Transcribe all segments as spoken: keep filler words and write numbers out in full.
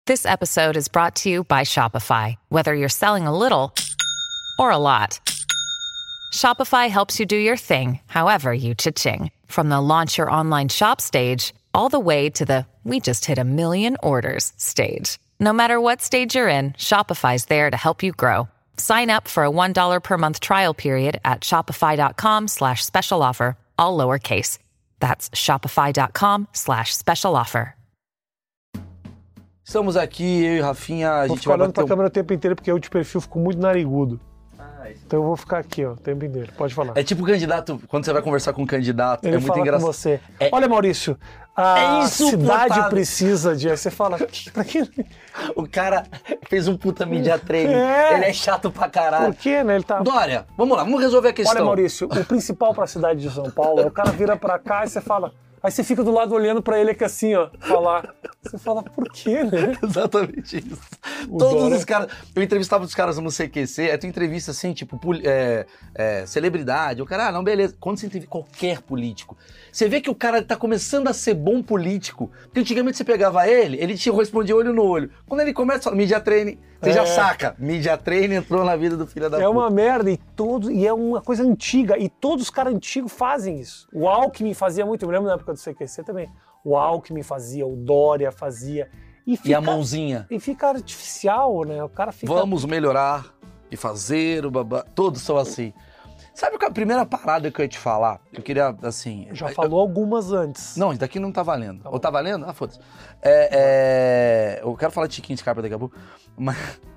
This episode is brought to you by Shopify. Whether you're selling a little or a lot, Shopify helps you do your thing, however you cha-ching. From the launch your online shop stage, all the way to the we just hit a million orders stage. No matter what stage you're in, Shopify's there to help you grow. Sign up for a one dollar per month trial period at shopify.com slash special offer, all lowercase. That's shopify.com slash special offer. Estamos aqui, eu e Rafinha, a vou gente ficar vai olhando bater pra um... câmera o tempo inteiro, porque eu de perfil fico muito narigudo. Ah, isso. Então eu vou ficar aqui, ó, o tempo inteiro. Pode falar. É tipo candidato, quando você vai conversar com um candidato, Ele é muito fala engraçado. com você. É... Olha, Maurício, a é cidade precisa de... Aí você fala, pra quê? O cara fez um puta media training, É. ele é chato pra caralho. Por quê, né? Ele tá... Dória, vamos lá, vamos resolver a questão. Olha, Maurício, o principal pra cidade de São Paulo é o cara vira pra cá e você fala... Aí você fica do lado olhando pra ele aqui assim, ó, falar. Você fala, por quê, né? Exatamente isso. O Todos Dória... os caras... Eu entrevistava os caras no C Q C, aí tu entrevista assim, tipo, é, é, celebridade. O cara, ah, não, beleza. Quando você entrevista qualquer político, você vê que o cara tá começando a ser bom político. Porque antigamente você pegava ele, ele te respondia olho no olho. Quando ele começa a falar, media training, você é. já saca. Media training entrou na vida do filho da É puta. uma merda e, todos, e é uma coisa antiga. E todos os caras antigos fazem isso. O Alckmin fazia muito, eu me lembro na época do C Q C também. O Alckmin fazia, o Dória fazia. E, fica, E a mãozinha. E fica artificial, né? O cara fica... Vamos melhorar e fazer o babá. Todos são assim. Sabe qual é a primeira parada que eu ia te falar? Eu queria, assim... Já eu, falou algumas antes. Não, isso daqui não tá valendo. Tá Ou tá valendo? Ah, foda-se. É, é, eu quero falar de Chiquinho Scarpa daqui a pouco, mas...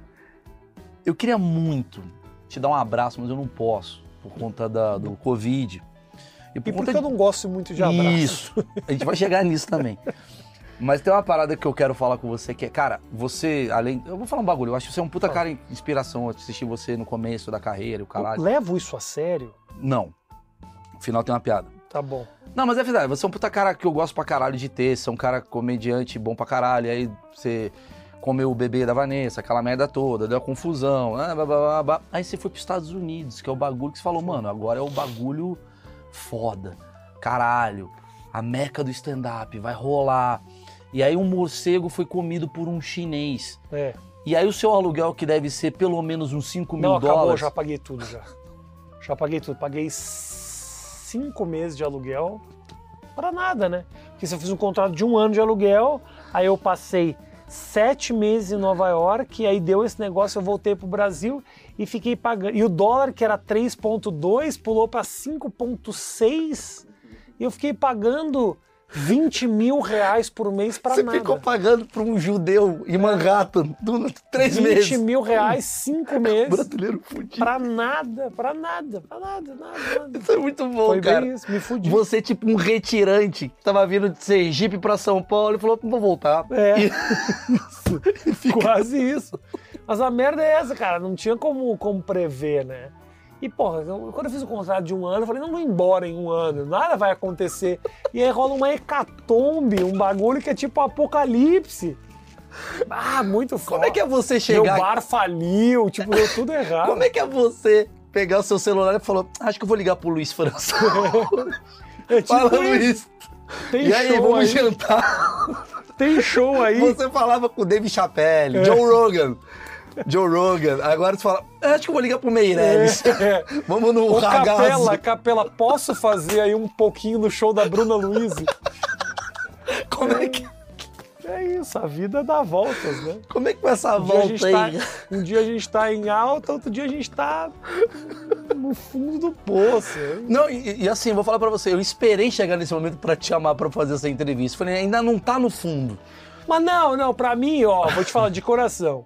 Eu queria muito te dar um abraço, mas eu não posso, por conta da, do Covid. E por por conta que eu não gosto muito de abraço? Isso. A gente vai chegar nisso também. Mas tem uma parada que eu quero falar com você, que é, cara, você, além... Eu vou falar um bagulho, eu acho que você é um puta cara de inspiração, assistir você no começo da carreira, o caralho. Eu levo isso a sério? Não. No final tem uma piada. Tá bom. Não, mas é verdade, você é um puta cara que eu gosto pra caralho de ter, você é um cara comediante bom pra caralho, aí você comeu o bebê da Vanessa, aquela merda toda, deu a confusão, ah, blá, blá, blá, blá. Aí você foi pros Estados Unidos, que é o bagulho que você falou, mano, agora é o bagulho foda, caralho, a meca do stand-up, vai rolar. E aí um morcego foi comido por um chinês. É. E aí o seu aluguel, que deve ser pelo menos uns cinco mil Não, acabou, dólares... já paguei tudo já. Já paguei tudo. Paguei cinco meses de aluguel pra nada, né? Porque eu fiz um contrato de um ano de aluguel, aí eu passei sete meses em Nova York, e aí deu esse negócio, eu voltei pro Brasil e fiquei pagando. E o dólar, que era três ponto dois, pulou pra cinco ponto seis, e eu fiquei pagando vinte mil reais por mês pra Você nada. Você ficou pagando pra um judeu em Manhattan, do, três meses. vinte mil reais, cinco meses. Brasileiro fudido. Pra nada, pra nada, pra nada, nada, nada. Isso é muito bom, Foi cara. bem isso, me fudi. Você, tipo um retirante, que tava vindo de Sergipe pra São Paulo e falou, vou voltar. É, E... isso, Fica... quase isso. Mas a merda é essa, cara, não tinha como, como prever, né? E, porra, eu, quando eu fiz o contrato de um ano, eu falei, não vou embora em um ano, nada vai acontecer. E aí rola uma hecatombe, um bagulho que é tipo um apocalipse. Ah, muito foda. Como é que é você chegar... Meu bar faliu, tipo, deu tudo errado. Como é que é você pegar o seu celular e falar, acho que eu vou ligar pro Luiz França. É tipo Fala, isso. Luiz. Tem E aí, show vamos aí. jantar. Tem show aí. Você falava com o Dave Chappelle, É. Joe Rogan. Joe Rogan. Agora você fala, acho que eu vou ligar pro Meirelles. É. Vamos no Ô, ragazzo. Capela, Capela, posso fazer aí um pouquinho no show da Bruna Luiz? Como é que... É isso, a vida dá voltas, né? Como é que foi essa Um dia, a volta gente aí? tá, um dia a gente tá em alta, outro dia a gente tá no fundo do poço. Hein? Não, e, e assim, eu vou falar pra você, eu esperei chegar nesse momento pra te chamar pra fazer essa entrevista. Falei, ainda não tá no fundo. Mas não, não, pra mim, ó, vou te falar de coração.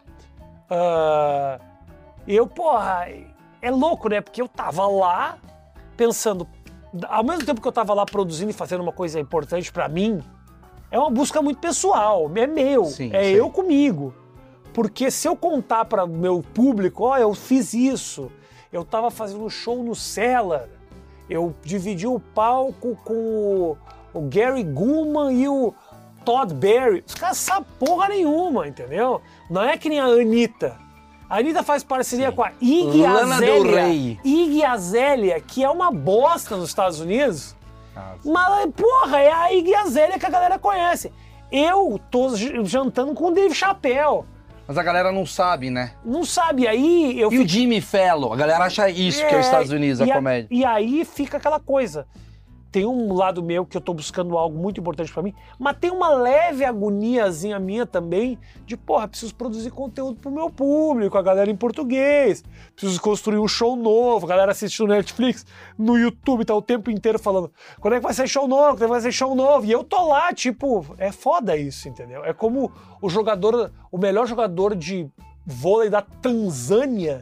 Uh, eu, porra, é louco, né? Porque eu tava lá pensando, ao mesmo tempo que eu tava lá produzindo e fazendo uma coisa importante pra mim, é uma busca muito pessoal, é meu, Sim, é sim. eu comigo. Porque se eu contar para o meu público, ó, eu fiz isso, eu tava fazendo um show no Cellar, eu dividi o palco com o, o Gary Gulman e o Todd Barry, os caras sabem porra nenhuma, entendeu? Não é que nem a Anitta. A Anitta faz parceria Sim. com a Iggy Lana Del Azalea, Rey. Iggy Azalea, que é uma bosta nos Estados Unidos. Ah, Mas, porra, é a Iggy Azalea que a galera conhece. Eu tô jantando com o Dave Chappelle. Mas a galera não sabe, né? Não sabe, aí eu E fico... o Jimmy Fallon? A galera acha isso que é os Estados Unidos, a e comédia. E aí fica aquela coisa. Tem um lado meu que eu tô buscando algo muito importante pra mim, mas tem uma leve agoniazinha minha também de, porra, preciso produzir conteúdo pro meu público, a galera em português, preciso construir um show novo, a galera assiste no Netflix, no YouTube, tá o tempo inteiro falando, quando é que vai ser show novo, quando é que vai ser show novo? E eu tô lá, tipo, é foda isso, entendeu? É como o jogador, o melhor jogador de vôlei da Tanzânia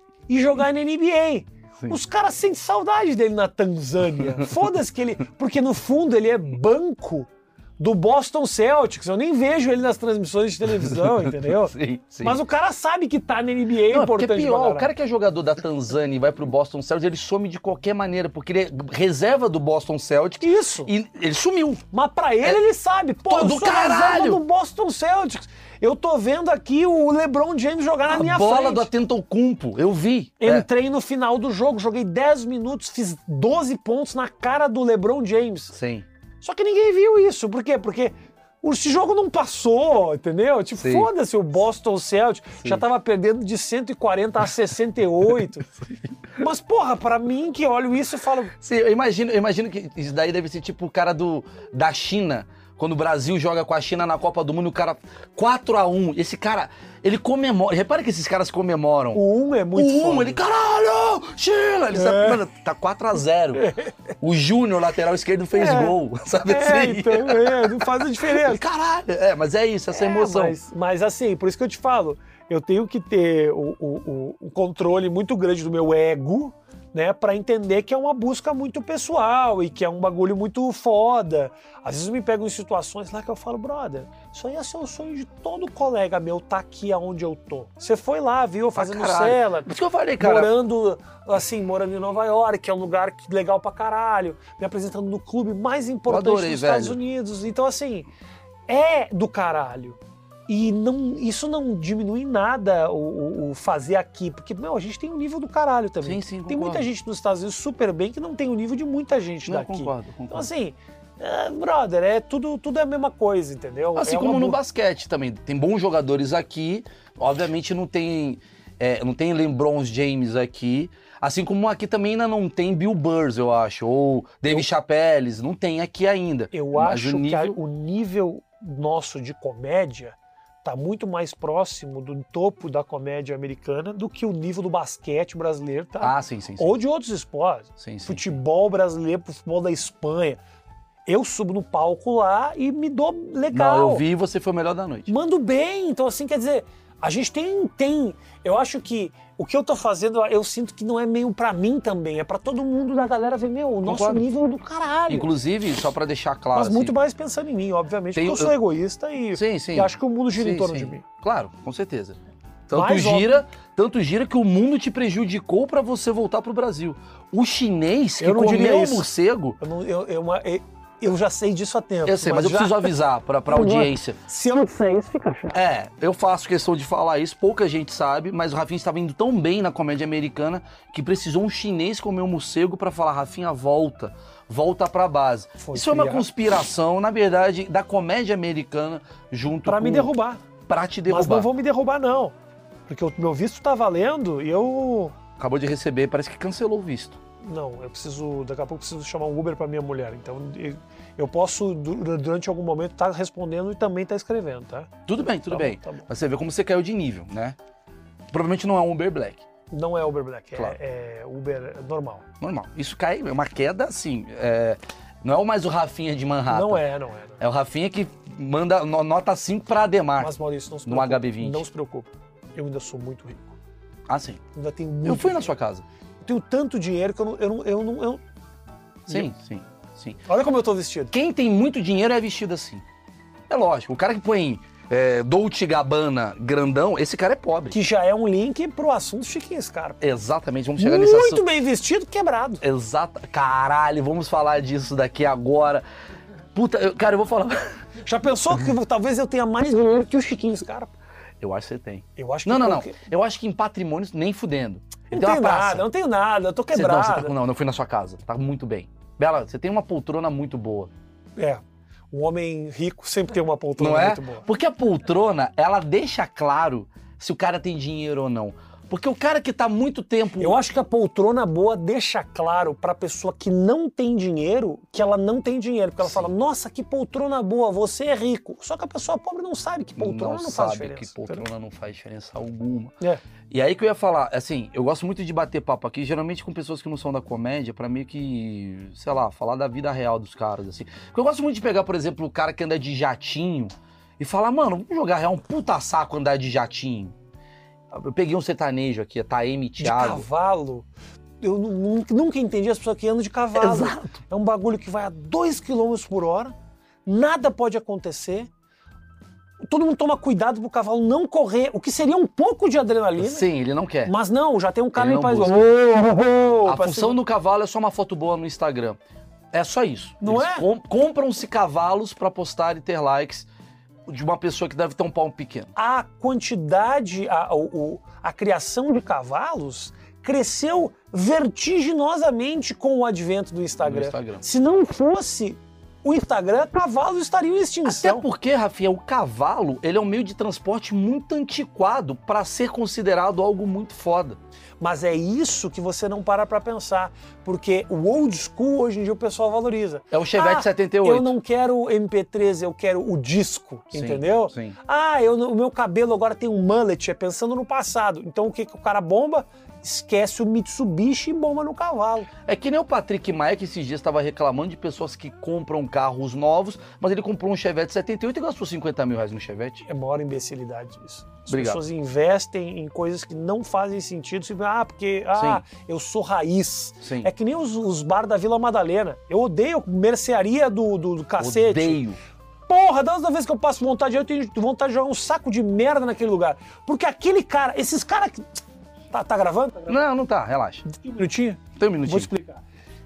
e jogar na N B A. Sim. Os caras sentem saudade dele na Tanzânia. Foda-se que ele... Porque no fundo ele é banco do Boston Celtics. Eu nem vejo ele nas transmissões de televisão, entendeu? Sim, sim. Mas o cara sabe que tá na N B A, não, é importante. É pior, o cara que é jogador da Tanzânia e vai pro Boston Celtics, ele some de qualquer maneira, porque ele é reserva do Boston Celtics. Isso. E ele sumiu. Mas pra ele, é... ele sabe. Pô, Tô eu do sou caralho. reserva do Boston Celtics. Eu tô vendo aqui o LeBron James jogar na minha frente. A bola frente. do Antetokounmpo, eu vi. Entrei é. no final do jogo, joguei dez minutos, fiz doze pontos na cara do LeBron James. Sim. Só que ninguém viu isso. Por quê? Porque esse jogo não passou, entendeu? Tipo, Sim. foda-se o Boston Celtics. Sim. Já tava perdendo de cento e quarenta a sessenta e oito. Mas, porra, pra mim que olho isso e falo... Sim, eu imagino, eu imagino que isso daí deve ser tipo o cara do, da China, quando o Brasil joga com a China na Copa do Mundo, o cara quatro a um, esse cara, ele comemora, repara que esses caras comemoram. O um é muito O um, foda. ele, caralho, China, ele É. sabe, mano, tá quatro a zero. O Júnior, lateral esquerdo, fez É. gol, sabe É, assim? então, é, não faz a diferença. Ele, caralho, é, mas é isso, essa É, emoção. Mas, mas assim, por isso que eu te falo, eu tenho que ter o, o, o, um controle muito grande do meu ego, né, pra entender que é uma busca muito pessoal e que é um bagulho muito foda. Às vezes eu me pego em situações lá que eu falo, brother, isso aí ia ser o sonho de todo colega meu tá aqui aonde eu tô. Você foi lá, viu, fazendo cela, Por isso que eu falei, cara. morando, assim, morando em Nova York, que é um lugar que- legal pra caralho, me apresentando no clube mais importante adorei, dos Estados velho. Unidos. Então, assim, é do caralho. E não, isso não diminui em nada o, o- o fazer aqui, porque, meu, a gente tem um nível do caralho também. Sim, sim, tem concordo. muita gente nos Estados Unidos super bem que não tem o nível de muita gente Não, daqui. concordo, concordo. Então, assim, é, brother, é tudo, tudo é a mesma coisa, entendeu? Assim é como uma no bu- basquete também. Tem bons jogadores aqui, obviamente não tem, é, não tem LeBron James aqui, assim como aqui também ainda não tem Bill Burr, eu acho, ou Dave Chappelle, não tem aqui ainda. Eu Mas acho o que a- nível- o nível nosso de comédia tá muito mais próximo do topo da comédia americana do que o nível do basquete brasileiro, tá? Ah, sim, sim, sim. Ou de outros esportes. Sim, sim, Futebol brasileiro, futebol da Espanha. Eu subo no palco lá e me dou legal. Não, eu vi e você foi o melhor da noite. Mando bem. Então, assim, quer dizer, a gente tem, tem... Eu acho que o que eu tô fazendo, eu sinto que não é meio pra mim também, é pra todo mundo da galera ver, meu, o nosso Concordo. nível é do caralho. Inclusive, só pra deixar claro, Mas muito assim, mais pensando em mim, obviamente, Tem- porque eu sou eu- egoísta e, Sim, sim. e acho que o mundo gira em Sim, torno sim. de mim. Claro, com certeza. Tanto Mas, gira, tanto gira que o mundo te prejudicou pra você voltar pro Brasil. O chinês que Eu não diria comeu o isso. morcego, Eu, não, eu, eu, eu, eu já sei disso há tempo. eu sei, mas, eu já- preciso avisar pra, pra audiência. Se eu não sei isso, fica chato. É, eu faço questão de falar isso, pouca gente sabe, mas o Rafinha estava indo tão bem na comédia americana que precisou um chinês comer um morcego pra falar, Rafinha, volta, volta pra base. Foi Isso é uma criar. conspiração, na verdade, da comédia americana junto Pra com... me derrubar. Pra te derrubar. Mas não vão me derrubar, não. Porque o meu visto tá valendo e eu... Acabou de receber, parece que cancelou o visto. Não, eu preciso... Daqui a pouco eu preciso chamar um Uber pra minha mulher. Então eu- eu posso, du- durante algum momento, estar respondendo e também estar escrevendo, tá? Tudo bem, tudo Tá bem. bom, tá bom. Mas você vê como você caiu de nível, né? Provavelmente não é um Uber Black. Não é Uber Black, é- Claro. é, Uber normal. Normal. Isso cai, é uma queda assim. é, Não é o mais o Rafinha de Manhattan. Não é, não é. Não é. É o Rafinha que manda no- nota cinco pra Ademar. Mas, Maurício, não se No preocupe. H B vinte. Não se preocupe. Eu ainda sou muito rico. Ah, sim. Eu ainda tenho muito Eu fui na dinheiro. sua casa. Eu tenho tanto dinheiro que eu não... Eu não, eu não eu- Sim, sim, sim. Olha como eu tô vestido. Quem tem muito dinheiro é vestido assim. É lógico. O cara que põe é, Dolce Gabbana grandão, esse cara é pobre. Que já é um link pro assunto Chiquinho Scarpa. Exatamente. Vamos chegar nesse Muito assunto. bem vestido, quebrado. Exato. Caralho, vamos falar disso daqui agora. Puta, eu- cara, eu vou falar. Já pensou que talvez eu tenha mais dinheiro que o Chiquinho Scarpa? Eu acho que você tem. Eu acho que Não, não, não. qualquer- Eu acho que em patrimônio, nem fudendo. Ele Não tem uma tenho praça. nada, não tenho nada, eu tô Você- quebrado. Não, você tá com- não, não fui na sua casa. Tá muito bem. Bela, você tem uma poltrona muito boa. É. Um homem rico sempre tem uma poltrona Não é? muito boa. Porque a poltrona, ela deixa claro se o cara tem dinheiro ou não. Porque o cara que tá muito tempo... Eu acho que a poltrona boa deixa claro pra pessoa que não tem dinheiro que ela não tem dinheiro. Porque ela Sim. fala, nossa, que poltrona boa, você é rico. Só que a pessoa pobre não sabe que poltrona não, não faz sabe diferença. que poltrona não faz diferença alguma. É. E aí que eu ia falar, assim, eu gosto muito de bater papo aqui, geralmente com pessoas que não são da comédia, pra meio que, sei lá, falar da vida real dos caras, assim. Porque eu gosto muito de pegar, por exemplo, o cara que anda de jatinho e falar, mano, vamos jogar real, um puta saco andar de jatinho. Eu peguei um sertanejo aqui, a Taeme De Thiago. cavalo. Eu nu- nunca entendi as pessoas que andam de cavalo. Exato. É um bagulho que vai a dois quilômetros por hora, nada pode acontecer. Todo mundo toma cuidado pro cavalo não correr, o que seria um pouco de adrenalina. Sim, ele não quer. Mas não, já tem um cara Ele em não paz. busca. Oh, oh, oh, A função do cavalo é só uma foto boa no Instagram. É só isso. Não Eles é? com- compram-se cavalos pra postar e ter likes de uma pessoa que deve ter um pau pequeno. A quantidade, a, o- o- a criação de cavalos cresceu vertiginosamente com o advento do Instagram. Do Instagram. Se não fosse o Instagram, cavalos estariam em Até extinção. porque, Rafinha, o cavalo, ele é um meio de transporte muito antiquado pra ser considerado algo muito foda. Mas é isso que você não para pra pensar, porque o old school hoje em dia o pessoal valoriza. É o Chevette Ah, setenta e oito. Eu não quero M P três, eu quero o disco, Sim, entendeu? sim. Ah, eu, não- o meu cabelo agora tem um mullet, é pensando no passado. Então o que, que o cara bomba? Esquece o Mitsubishi e bomba no cavalo. É que nem o Patrick Maia, que esses dias estava reclamando de pessoas que compram carros novos, mas ele comprou um Chevette setenta e oito e gastou cinquenta mil reais no Chevette. É a maior imbecilidade isso. As Obrigado. pessoas investem em coisas que não fazem sentido. Tipo, ah, porque ah, eu sou raiz. Sim. É que nem os, os bar da Vila Madalena. Eu odeio mercearia do, do, do cacete. Odeio. Porra, das vez que eu passo vontade, eu tenho vontade de jogar um saco de merda naquele lugar. Porque aquele cara, esses caras que... Tá, tá gravando? Tá gravando? Não, não tá, relaxa. Um minutinho? Tem um Vou minutinho. explicar.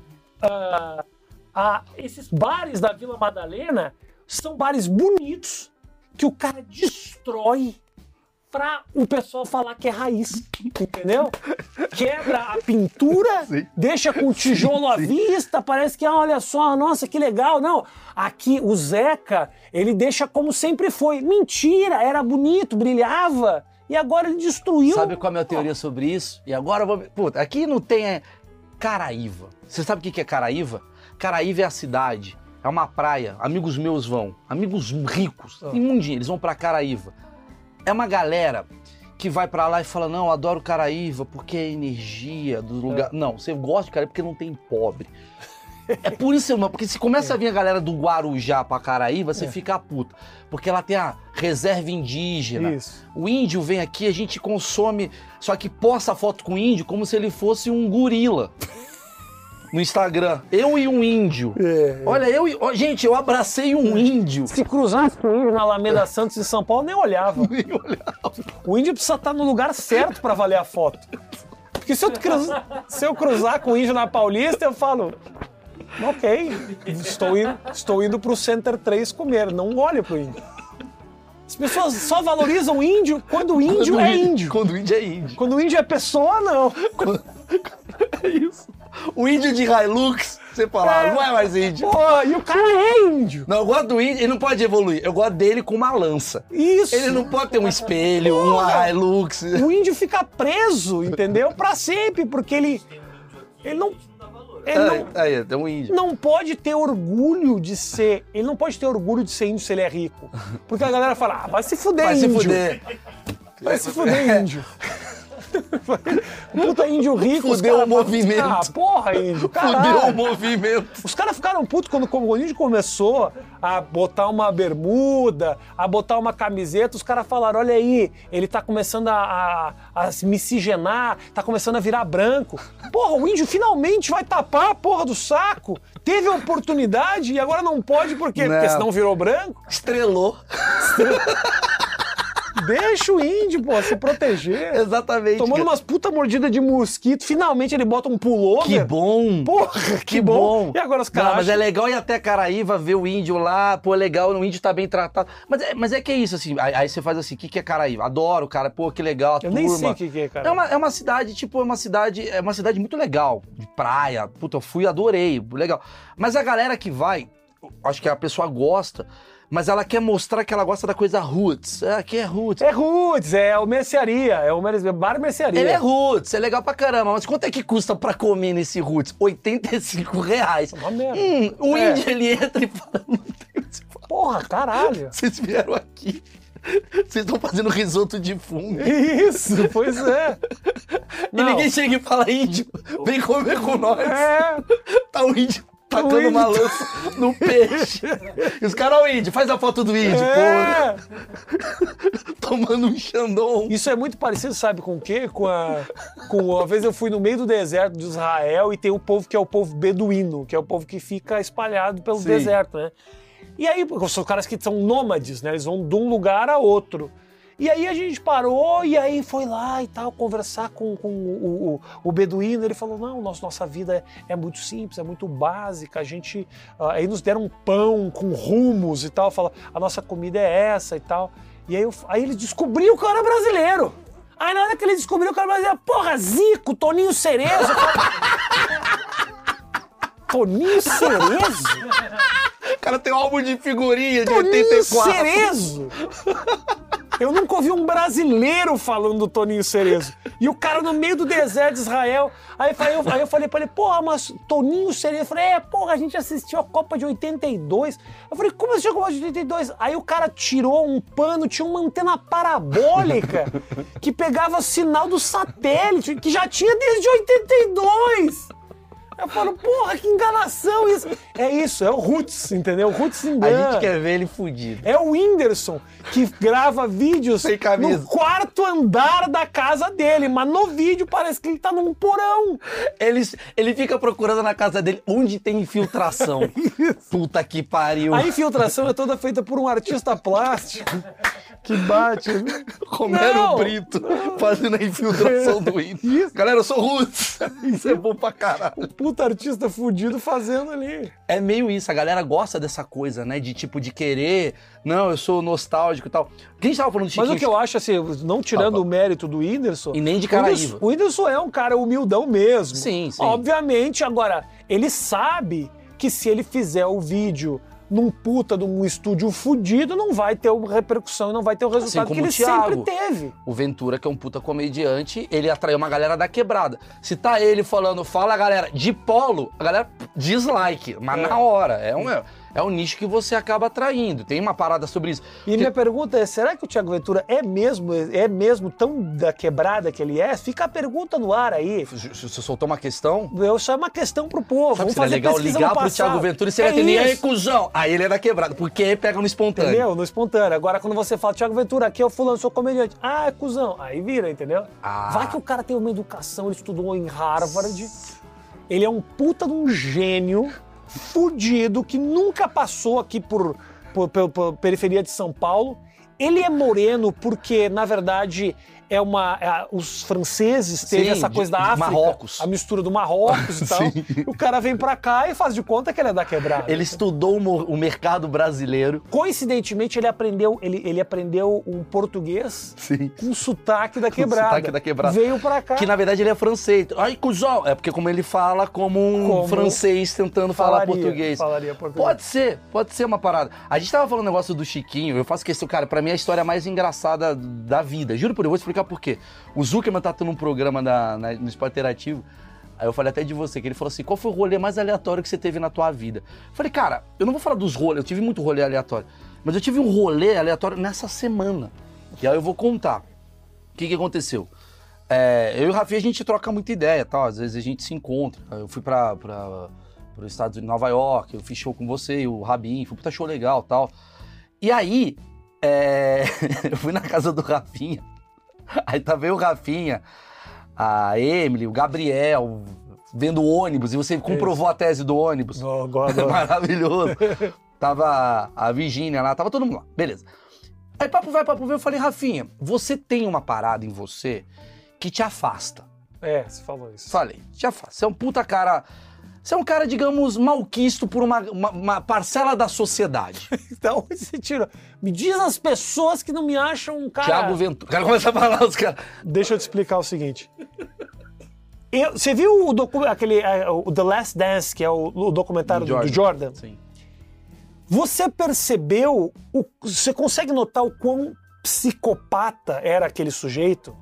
Ah, ah, esses bares da Vila Madalena são bares bonitos que o cara destrói pra o pessoal falar que é raiz, entendeu? Quebra a pintura, Sim. deixa com o tijolo à sim. vista, parece que, ah, olha só, nossa, que legal. Não, aqui o Zeca, ele deixa como sempre foi. Mentira, era bonito, brilhava, e agora ele destruiu. Sabe qual é a minha teoria sobre isso? E agora eu vou... Puta, aqui não tem... É... Caraíva. Você sabe o que que é Caraíva? Caraíva é a cidade, é uma praia. Amigos meus vão, amigos ricos, Ah. imundinhos, eles vão pra Caraíva. É uma galera que vai pra lá e fala, não, eu adoro Caraíva porque é a energia do lugar. Não, você gosta de Caraíva porque não tem pobre. É por isso, irmão, porque se começa a vir a galera do Guarujá pra Caraíva, você É. fica puta. Porque ela tem a reserva indígena. Isso. O índio vem aqui, a gente consome, só que posta foto com o índio como se ele fosse um gorila. No Instagram. Eu e um índio. É. Olha, eu e... ó, gente, eu abracei um índio. Se cruzasse com o índio na Alameda Santos em São Paulo, nem olhava. Nem olhava. O índio precisa estar no lugar certo pra valer a foto. Porque se eu, cruzar, se eu cruzar com o índio na Paulista, eu falo, ok, estou indo, estou indo pro Center três comer, não olho pro índio. As pessoas só valorizam o índio quando o índio Quando é o índio- índio. Quando o índio é índio. Quando o índio é pessoa, não. É isso. O índio de Hilux, você fala, É. não é mais índio. Pô, e o cara é índio. Não, eu gosto do índio, ele não pode evoluir. Eu gosto dele com uma lança. Isso. Ele não pode ter um espelho, uma Hilux. O índio fica preso, entendeu? Pra sempre, porque ele... Ele não... Ele não, Aí, aí, tem um índio. não pode ter orgulho de ser. Ele não pode ter orgulho de ser índio se ele é rico. Porque a galera fala, ah, vai se fuder, Vai se índio. fuder. Vai se fuder, índio. Puta índio rico. os Fudeu cara o movimento. falam, Ah, porra, índio. Fudeu o Caralho. movimento. Os caras ficaram putos quando o índio começou a botar uma bermuda, a botar uma camiseta. Os caras falaram, olha aí, ele tá começando a, a, a se miscigenar, tá começando a virar branco. Porra, o índio finalmente vai tapar a porra do saco. Teve a oportunidade e agora não pode por quê? Não. Porque senão virou branco. Estrelou. Deixa o índio, pô, se proteger. Exatamente. Tomando cara. umas puta mordida de mosquito, finalmente ele bota um pullover. Que bom. Porra, que, Que bom. bom. E agora os caras Não, mas é acham- legal ir até Caraíva, ver o índio lá, pô, legal, o índio tá bem tratado. Mas é, mas é que é isso, assim, aí, aí você faz assim, o que, que é Caraíva? Adoro, cara, pô, que legal, a Eu turma. nem sei o que, que é, cara. É uma, é uma cidade, tipo, é uma cidade, é uma cidade muito legal, de praia, puta, eu fui, adorei, legal. Mas a galera que vai, acho que a pessoa gosta, mas ela quer mostrar que ela gosta da coisa roots. É, aqui é roots. É roots, é o mercearia, é o bar mercearia. Ele é roots, é legal pra caramba, mas quanto é que custa pra comer nesse roots? oitenta e cinco reais. Uma merda. Hum, o É. índio, ele entra e fala, não tem o que se falar. Porra, caralho. Vocês vieram aqui, vocês estão fazendo risoto de fungo. Isso, pois é. E Não. ninguém chega e fala, índio, vem comer com nós. É. Tá o índio tacando índio uma tá- lança no peixe. E os caras, ó, o índio, faz a foto do índio, É. pô. Tomando um xandão. Isso é muito parecido, sabe com o quê? Com a. Com, uma vez eu fui no meio do deserto de Israel e tem um povo que é o povo beduíno, que é o povo que fica espalhado pelo Sim. deserto, né? E aí, são caras que são nômades, né? Eles vão de um lugar a outro. E aí a gente parou e aí foi lá e tal, conversar com, com o, o, o beduíno. Ele falou, não, nossa, nossa vida é, é muito simples, é muito básica. A gente... Uh, aí nos deram um pão com rumos e tal. Fala, a nossa comida é essa e tal. E aí, eu, aí ele descobriu que eu era brasileiro. Aí na hora que ele descobriu que eu era brasileiro, porra, Zico, Toninho Cerezo. Eu falei, Toninho Cerezo? O cara tem um álbum de figurinha de Toninho oitenta e quatro. Cerezo! Eu nunca ouvi um brasileiro falando do Toninho Cerezo. E o cara no meio do deserto de Israel. Aí, aí, eu, aí eu falei pra ele, porra, mas Toninho Cerezo. Eu falei, é, porra, a gente assistiu a Copa de oitenta e dois. Eu falei, como assistiu a Copa de oitenta e dois? Aí o cara tirou um pano, tinha uma antena parabólica que pegava sinal do satélite, que já tinha desde oitenta e dois. Eu falo, porra, que enganação isso. É isso, é o Roots, entendeu? O Roots A engana. gente quer ver ele fudido. É o Whindersson que grava vídeos Sem camisa. no quarto andar da casa dele, mas no vídeo parece que ele tá num porão. Ele, ele fica procurando na casa dele onde tem infiltração. Puta que pariu. A infiltração é toda feita por um artista plástico que bate. Romero Não, Brito fazendo a infiltração do índio. Isso. Galera, eu sou Roots. Isso é bom pra caralho. Puta artista fudido fazendo ali. É meio isso, a galera gosta dessa coisa, né? De tipo, de querer, não, eu sou nostálgico e tal. Quem a gente tava falando de Mas Chiquinho? o que eu acho, assim, não tirando Fala. o mérito do Whindersson... E nem de o Whindersson- Caraíva. O Whindersson é um cara humildão mesmo. Sim, sim. Obviamente, agora, ele sabe que se ele fizer o vídeo num puta de um estúdio fudido, não vai ter repercussão e não vai ter o resultado como que ele o Thiago. sempre teve. O Ventura, que é um puta comediante, ele atraiu uma galera da quebrada. Se tá ele falando, fala galera, de polo, a galera dislike, mas É. na hora. É um, é um nicho que você acaba atraindo. Tem uma parada sobre isso. E minha pergunta é, será que o Thiago Ventura é mesmo, é mesmo tão da quebrada que ele é? Fica a pergunta no ar aí. Você soltou uma questão? Eu, isso é uma questão pro povo. Sabe Vamos que seria fazer legal pesquisa ligar no pro passado. Thiago Ventura e você é vai ter nem aí, isso. cuzão. Aí ele é da quebrada, porque aí pega no espontâneo. Entendeu? No espontâneo. Agora, quando você fala, Thiago Ventura, aqui é o fulano, sou comediante. Ah, é cuzão. Aí vira, entendeu? Ah. Vai que o cara tem uma educação, ele estudou em Harvard. Ele é um puta de um gênio fudido que nunca passou aqui por, por, por, por periferia de São Paulo. Ele é moreno porque, na verdade, é uma. é, os franceses teve Sim, essa de- coisa da de África. Marrocos. A mistura do Marrocos e tal. Sim. E o cara vem pra cá e faz de conta que ele é da quebrada. Ele estudou o mo- o mercado brasileiro. Coincidentemente, ele aprendeu, ele, ele aprendeu um português Sim. com sotaque da quebrada. sotaque da quebrada. Veio pra cá. Que na verdade ele é francês. Ai, cuzão! É porque como ele fala como um Como francês tentando falar falaria, português. falaria português. Pode ser, pode ser uma parada. A gente tava falando um negócio do Chiquinho, eu faço questão, cara, pra mim é a história mais engraçada da vida. Juro por Deus, vou explicar por quê. O Zuckerman tá tendo um programa na, na- no Esporte Interativo, aí eu falei até de você, que ele falou assim, qual foi o rolê mais aleatório que você teve na tua vida? Eu falei, cara, eu não vou falar dos rolês, eu tive muito rolê aleatório, mas eu tive um rolê aleatório nessa semana. E aí eu vou contar. O que que aconteceu? É, eu e o Rafinha, a gente troca muita ideia, tal. Às vezes a gente se encontra. Eu fui pra, pra, pro Estados Unidos, Nova York, eu fiz show com você e o Rabin, foi um puta show legal, tal. E aí, é, eu fui na casa do Rafinha, aí tava eu, o Rafinha, a Emily, o Gabriel, vendo o ônibus, e você comprovou a tese do ônibus. Oh, God, God. Maravilhoso. Tava a Virgínia lá, tava todo mundo lá, beleza. Aí papo vai, papo vem, eu falei, Rafinha, você tem uma parada em você que te afasta. É, você falou isso. Falei, te afasta. Você é um puta cara... Você é um cara, digamos, malquisto por uma, uma, uma parcela da sociedade. Então, você tira. Me diz as pessoas que não me acham um cara... Thiago Ventura. O cara começa a falar, os caras... Deixa eu te explicar o seguinte. Eu- você viu o, docu, aquele, é, o The Last Dance, que é o, o documentário do, do Jordan? Sim. Você percebeu, o, você consegue notar o quão psicopata era aquele sujeito?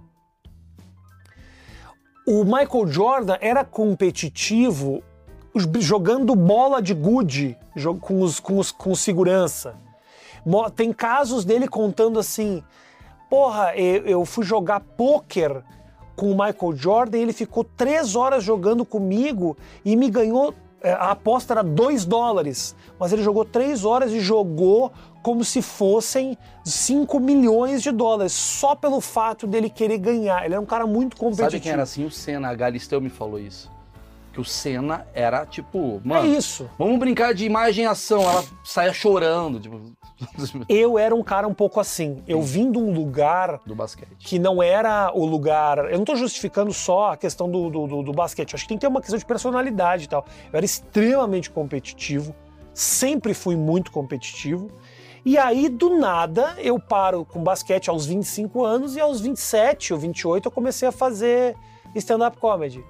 O Michael Jordan era competitivo jogando bola de gude com os, com os, com segurança. Tem casos dele contando assim, porra, eu, eu fui jogar pôquer com o Michael Jordan e ele ficou três horas jogando comigo e me ganhou, a aposta era dois dólares, mas ele jogou três horas e jogou como se fossem cinco milhões de dólares, só pelo fato dele querer ganhar. Ele era um cara muito competitivo. Sabe quem era assim? O Senna. A Galisteu me falou isso. Que o Senna era tipo, mano, é isso. Vamos brincar de imagem e ação. Ela saia chorando. Tipo... Eu era um cara um pouco assim. Eu vim de um lugar do basquete que não era o lugar... Eu não tô justificando só a questão do, do, do, do basquete. Acho que tem que ter uma questão de personalidade e tal. Eu era extremamente competitivo. Sempre fui muito competitivo. E aí, do nada, eu paro com basquete aos vinte e cinco anos e aos vinte e sete ou vinte e oito eu comecei a fazer stand-up comedy.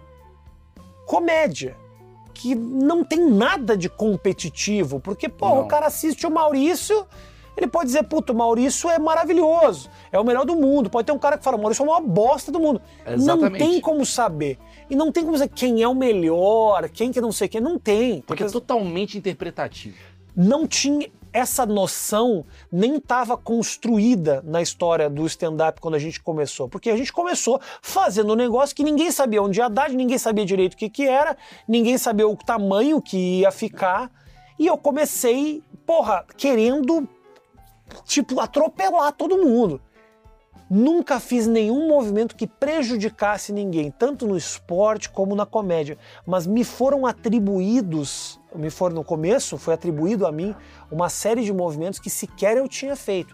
Comédia, que não tem nada de competitivo, porque, pô, Não. o cara assiste o Maurício, ele pode dizer, puto, o Maurício é maravilhoso, é o melhor do mundo. Pode ter um cara que fala, o Maurício é uma bosta do mundo. Exatamente. Não tem como saber. E não tem como dizer quem é o melhor, quem que não sei quem, não tem. Porque é totalmente interpretativo. Não tinha... Essa noção nem estava construída na história do stand-up quando a gente começou. Porque a gente começou fazendo um negócio que ninguém sabia onde ia dar, ninguém sabia direito o que, que era, ninguém sabia o tamanho que ia ficar. E eu comecei, porra, querendo, tipo, atropelar todo mundo. Nunca fiz nenhum movimento que prejudicasse ninguém, tanto no esporte como na comédia. Mas me foram atribuídos, me foram no começo, foi atribuído a mim uma série de movimentos que sequer eu tinha feito.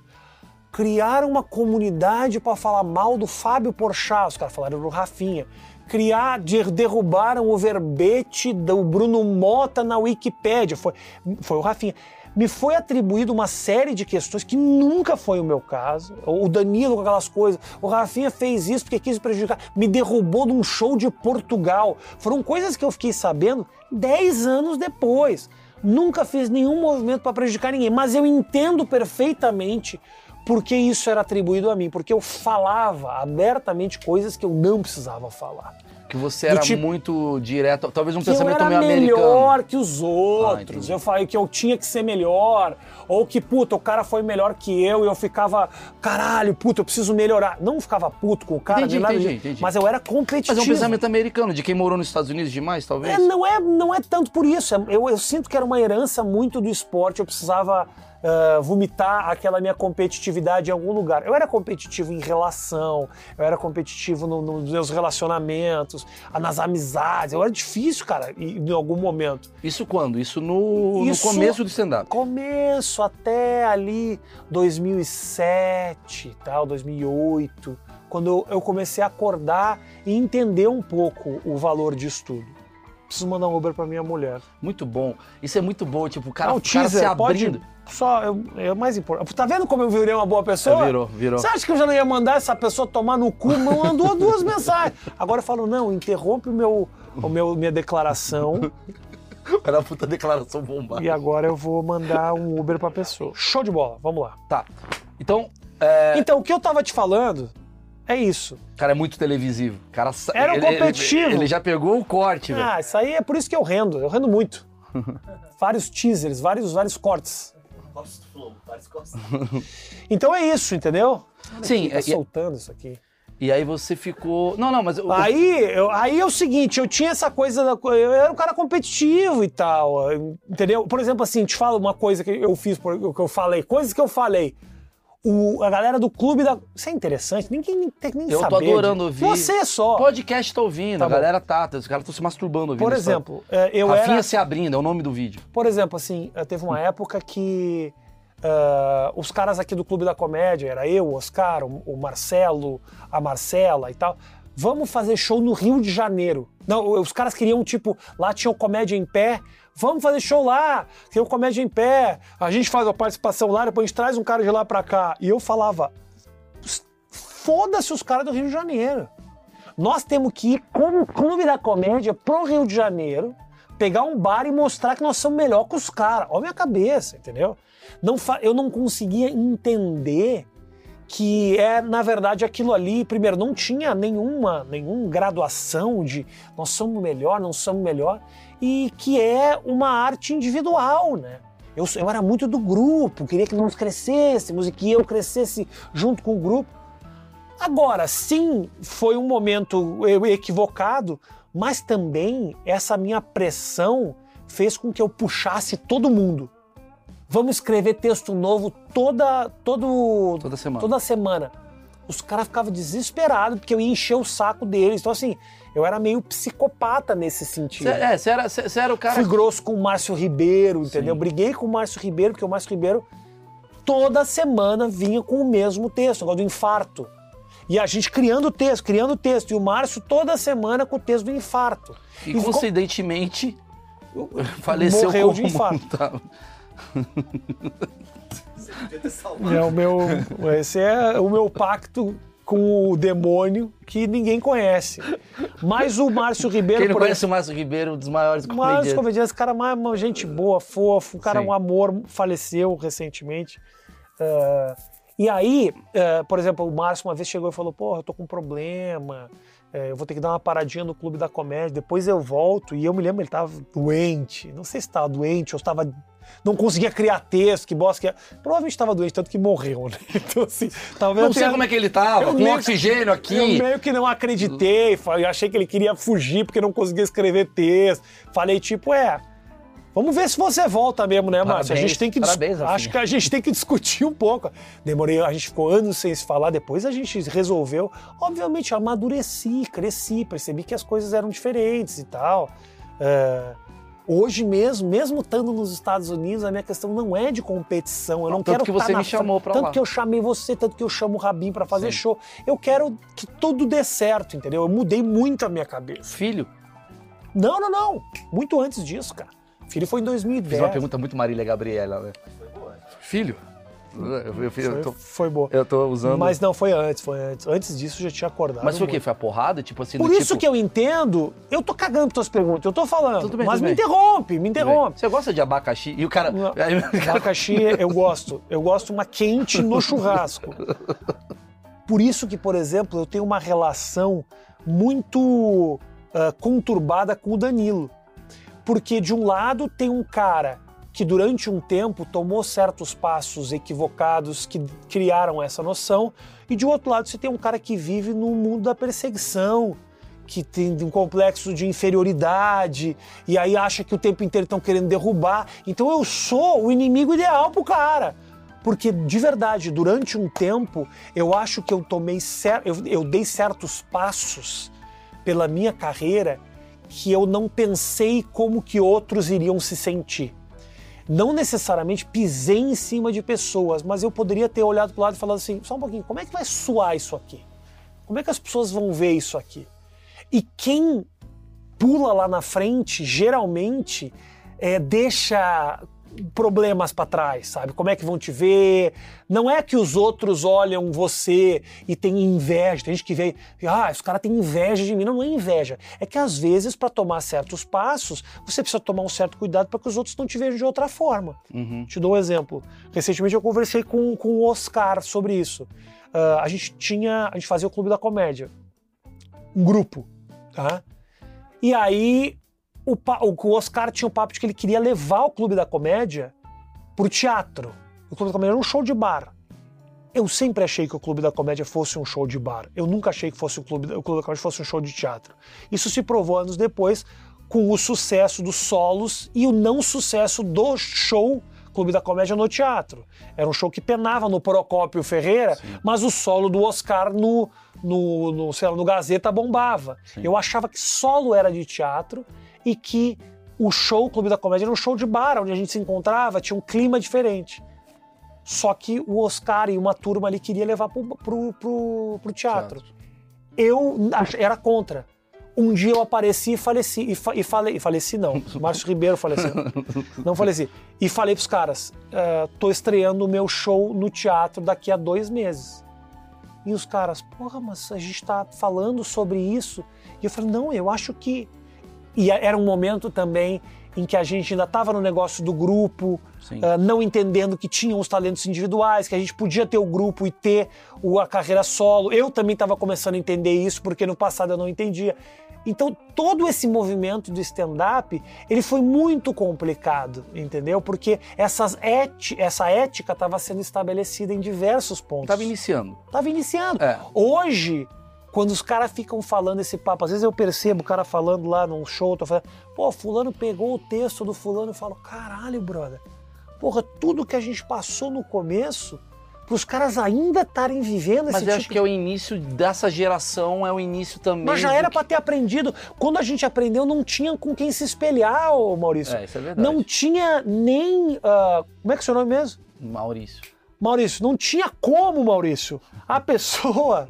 Criar uma comunidade para falar mal do Fábio Porchat, os caras falaram do Rafinha. Criar, de, derrubaram o verbete do Bruno Mota na Wikipédia, foi, foi o Rafinha. Me foi atribuído uma série de questões que nunca foi o meu caso. O Danilo com aquelas coisas, o Rafinha fez isso porque quis prejudicar, me derrubou de um show de Portugal. Foram coisas que eu fiquei sabendo dez anos depois. Nunca fiz nenhum movimento para prejudicar ninguém, mas eu entendo perfeitamente porque isso era atribuído a mim, porque eu falava abertamente coisas que eu não precisava falar. Que você era tipo, muito direto, talvez um que pensamento eu era meio melhor americano. que os outros, ah, eu falei que eu tinha que ser melhor, ou que, puta, o cara foi melhor que eu e eu ficava, caralho, puta, eu preciso melhorar. Não ficava puto com o cara, entendi, nem nada entendi, disso, entendi. mas eu era competitivo. Mas é um pensamento americano, de quem morou nos Estados Unidos demais, talvez? É, não, é, não é tanto por isso, eu, eu sinto que era uma herança muito do esporte, eu precisava... Uh, vomitar aquela minha competitividade em algum lugar. Eu era competitivo em relação, eu era competitivo no, nos meus relacionamentos, nas amizades, eu era difícil, cara, em, em algum momento. Isso quando? Isso no, Isso, no começo do stand-up? Começo até ali dois mil e sete, tal, dois mil e oito, quando eu, eu comecei a acordar e entender um pouco o valor disso tudo. Preciso mandar um Uber pra minha mulher. Muito bom. Isso é muito bom, tipo, o cara, Não, o cara teaser, se abrindo. Pode... Só, eu, é o mais importante. Tá vendo como eu virei uma boa pessoa? É, virou, virou. Você acha que eu já não ia mandar essa pessoa tomar no cu? Mandou duas mensagens. Agora eu falo, não, interrompe o meu, o meu, minha declaração. Era uma puta declaração bombada. E agora eu vou mandar um Uber pra pessoa. Show de bola, vamos lá. Tá. Então, é... Então, o que eu tava te falando é isso. O cara é muito televisivo. O cara sa... Era um ele, competitivo. Ele, ele já pegou o corte, velho. Ah, isso aí é por isso que eu rendo. Eu rendo muito. Vários teasers, vários, vários cortes. Então é isso, entendeu? Sim, Tá é, soltando isso aqui. E aí você ficou... Não, não, mas... Eu... Aí, eu, aí é o seguinte, eu tinha essa coisa, da, eu era um cara competitivo e tal, entendeu? Por exemplo, assim, te falo uma coisa que eu fiz, que eu falei, coisas que eu falei. O, a galera do clube da... Isso é interessante, ninguém tem nem Eu saber. tô adorando de... ouvir. Você só. Podcast tá ouvindo, Tá a bom. galera tá, os caras estão se masturbando ouvindo. Por isso. exemplo, é, eu Rafinha era... se abrindo, é o nome do vídeo. Por exemplo, assim, teve uma época que uh, os caras aqui do Clube da Comédia, era eu, o Oscar, o, o Marcelo, a Marcela e tal, vamos fazer show no Rio de Janeiro. Não, os caras queriam, tipo, lá tinha o Comédia em Pé, vamos fazer show lá, tem o Comédia em Pé, a gente faz a participação lá, depois a gente traz um cara de lá pra cá. E eu falava, foda-se os caras do Rio de Janeiro. Nós temos que ir como Clube da Comédia pro Rio de Janeiro, pegar um bar e mostrar que nós somos melhor que os caras. Olha a minha cabeça, entendeu? Não fa... Eu não conseguia entender que é, na verdade, aquilo ali, primeiro, não tinha nenhuma, nenhuma graduação de nós somos melhor, não somos melhor, e que é uma arte individual, né? Eu, eu era muito do grupo, queria que nós crescêssemos e que eu crescesse junto com o grupo. Agora, sim, foi um momento equivocado, mas também essa minha pressão fez com que eu puxasse todo mundo. Vamos escrever texto novo toda, todo, toda semana. Toda semana. Os caras ficavam desesperados porque eu ia encher o saco deles. Então, assim, eu era meio psicopata nesse sentido. Cê, é, você era, cê, cê era o cara... Fui grosso com o Márcio Ribeiro, entendeu? Sim. Briguei com o Márcio Ribeiro, porque o Márcio Ribeiro toda semana vinha com o mesmo texto, o negócio do infarto. E a gente criando texto, criando texto. E o Márcio toda semana com o texto do infarto. E, e coincidentemente, ficou... faleceu morreu como... de infarto. Tá. É o meu, esse é o meu pacto com o demônio que ninguém conhece. Mas o Márcio Ribeiro... Quem não conhece exemplo, o Márcio Ribeiro, um dos maiores comediantes. Maiores comediantes, cara, mais uma gente boa, fofo, um cara, Sim. um amor, faleceu recentemente. Uh, e aí, uh, por exemplo, o Márcio uma vez chegou e falou, porra, eu tô com um problema, uh, eu vou ter que dar uma paradinha no Clube da Comédia, depois eu volto. E eu me lembro, ele tava doente, não sei se estava doente ou estava... Não conseguia criar texto, que bosta que é. Provavelmente estava doente, tanto que morreu, né? Então, assim, talvez. Não sei tenha... como é que ele tava, com oxigênio aqui. Eu meio que não acreditei, eu achei que ele queria fugir porque não conseguia escrever texto. Falei, tipo, é. Vamos ver se você volta mesmo, né, Márcio? A gente tem que parabéns, dis... Acho que a gente tem que discutir um pouco. Demorei, a gente ficou anos sem se falar, depois a gente resolveu. Obviamente, eu amadureci, cresci, percebi que as coisas eram diferentes e tal. Uh... Hoje mesmo, mesmo estando nos Estados Unidos, a minha questão não é de competição. Eu não, não tanto quero que você na me chamou pra tanto lá. que eu chamei você, tanto que eu chamo o Rabin pra fazer Sim. show. Eu quero que tudo dê certo, entendeu? Eu mudei muito a minha cabeça. Filho? Não, não, não. Muito antes disso, cara. Filho foi em dois mil e dez. Fiz uma pergunta muito Marília Gabriela, né? Filho? Eu, eu, eu, foi, eu tô, foi boa. Eu tô usando... Mas não, foi antes, foi antes. Antes disso eu já tinha acordado. Mas foi muito. o quê? Foi a porrada? Tipo assim, Por do isso tipo... que eu entendo, eu tô cagando pras tuas perguntas, eu tô falando. Tudo bem, mas tudo me bem. interrompe, me interrompe. Você gosta de abacaxi? E o cara... Não, abacaxi eu gosto. Eu gosto uma quente no churrasco. Por isso que, por exemplo, eu tenho uma relação muito uh, conturbada com o Danilo. Porque de um lado tem um cara que durante um tempo tomou certos passos equivocados que criaram essa noção, e de outro lado você tem um cara que vive no mundo da perseguição, que tem um complexo de inferioridade, e aí acha que o tempo inteiro estão querendo derrubar. Então eu sou o inimigo ideal pro cara. Porque, de verdade, durante um tempo, eu acho que eu tomei cer- eu, eu dei certos passos pela minha carreira que eu não pensei como que outros iriam se sentir. Não necessariamente pisei em cima de pessoas, mas eu poderia ter olhado para o lado e falado assim, só um pouquinho, como é que vai soar isso aqui? Como é que as pessoas vão ver isso aqui? E quem pula lá na frente, geralmente, é, deixa problemas para trás, sabe? Como é que vão te ver? Não é que os outros olham você e têm inveja. Tem gente que vê, ah, esse cara tem inveja de mim. Não, não é inveja. É que às vezes, para tomar certos passos, você precisa tomar um certo cuidado para que os outros não te vejam de outra forma. Uhum. Te dou um exemplo. Recentemente eu conversei com, com o Oscar sobre isso. Uh, a gente tinha, a gente fazia o Clube da Comédia. Um grupo, tá? E aí O, o Oscar tinha o papo de que ele queria levar o Clube da Comédia pro teatro. O Clube da Comédia era um show de bar. Eu sempre achei que o Clube da Comédia fosse um show de bar. Eu nunca achei que fosse o Clube, o Clube da Comédia fosse um show de teatro. Isso se provou anos depois com o sucesso dos solos e o não sucesso do show Clube da Comédia no teatro. Era um show que penava no Procópio Ferreira, Sim. mas o solo do Oscar no, no, no, sei lá, no Gazeta bombava. Sim. Eu achava que solo era de teatro e que o show Clube da Comédia era um show de bar, onde a gente se encontrava, tinha um clima diferente. Só que o Oscar e uma turma ali queria levar pro, pro, pro, pro teatro. teatro. Eu era contra. Um dia eu apareci e faleci, e, fa, e falei, e faleci não, Márcio Ribeiro faleceu, não faleci. E falei pros caras, uh, tô estreando o meu show no teatro daqui a dois meses. E os caras, porra, mas a gente tá falando sobre isso. E eu falei, não, eu acho que e era um momento também em que a gente ainda estava no negócio do grupo, uh, não entendendo que tinham os talentos individuais, que a gente podia ter o grupo e ter o, a carreira solo. Eu também estava começando a entender isso, porque no passado eu não entendia. Então, todo esse movimento do stand-up, ele foi muito complicado, entendeu? Porque essas eti- essa ética estava sendo estabelecida em diversos pontos. Estava iniciando. Estava iniciando. É. Hoje, quando os caras ficam falando esse papo, às vezes eu percebo o cara falando lá num show, tô falando, pô, fulano pegou o texto do fulano e falo, caralho, brother, porra, tudo que a gente passou no começo, para os caras ainda estarem vivendo Mas esse eu tipo acho que é o início dessa geração, é o início também... Mas já era do para ter aprendido. Quando a gente aprendeu, não tinha com quem se espelhar, ô Maurício. É, isso é verdade. Não tinha nem... uh, como é que é o seu nome mesmo? Maurício. Maurício, não tinha como, Maurício. A pessoa...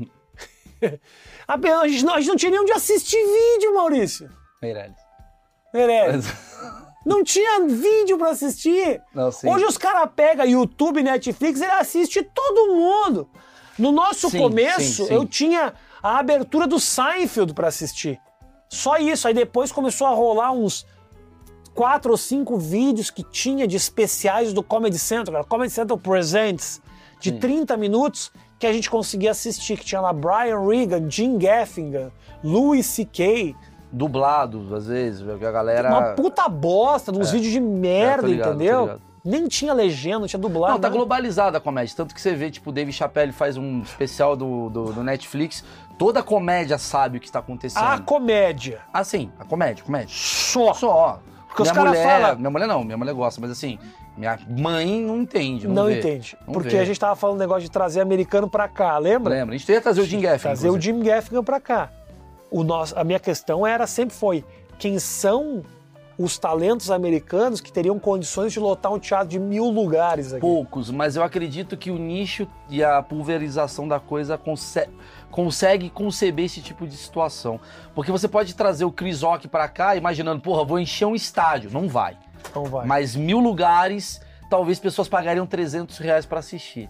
a, pe- a, gente não, a gente não tinha nem onde assistir vídeo, Maurício. Meirelles. Meirelles. Não tinha vídeo pra assistir. Não, sim. Hoje os caras pegam YouTube, Netflix, ele assiste todo mundo. No nosso Sim, começo, sim, sim. eu tinha a abertura do Seinfeld pra assistir. Só isso. Aí depois começou a rolar uns quatro ou cinco vídeos que tinha de especiais do Comedy Central, cara. Comedy Central Presents, de Sim. trinta minutos, que a gente conseguia assistir. Que tinha lá Brian Regan, Jim Gaffigan, Louis C K Dublados, às vezes, que a galera... Uma puta bosta, uns É. vídeos de merda, É, tô ligado, tô entendeu? ligado. Nem tinha legenda, não tinha dublado. Não, tá nada. globalizada a comédia. Tanto que você vê, tipo, o Dave Chappelle faz um especial do, do, do Netflix. Toda a comédia sabe o que está acontecendo. A comédia. Ah, sim, a comédia, comédia. Só. Só. Porque os minha caras mulher, falam- minha mulher não, minha mulher gosta, mas assim, minha mãe não entende, não, Não vê. entende. Não Porque vê. a gente tava falando negócio de trazer americano pra cá, lembra? Lembra? A gente ia trazer o Jim Gaffigan. Trazer o inclusive. Jim Gaffigan pra cá. O nosso, a minha questão era, sempre foi, quem são os talentos americanos que teriam condições de lotar um teatro de mil lugares aqui? Poucos, mas eu acredito que o nicho e a pulverização da coisa conse- consegue conceber esse tipo de situação. Porque você pode trazer o Chris Rock pra cá imaginando, porra, vou encher um estádio. Não vai. Não vai. Mas mil lugares, talvez pessoas pagariam trezentos reais pra assistir.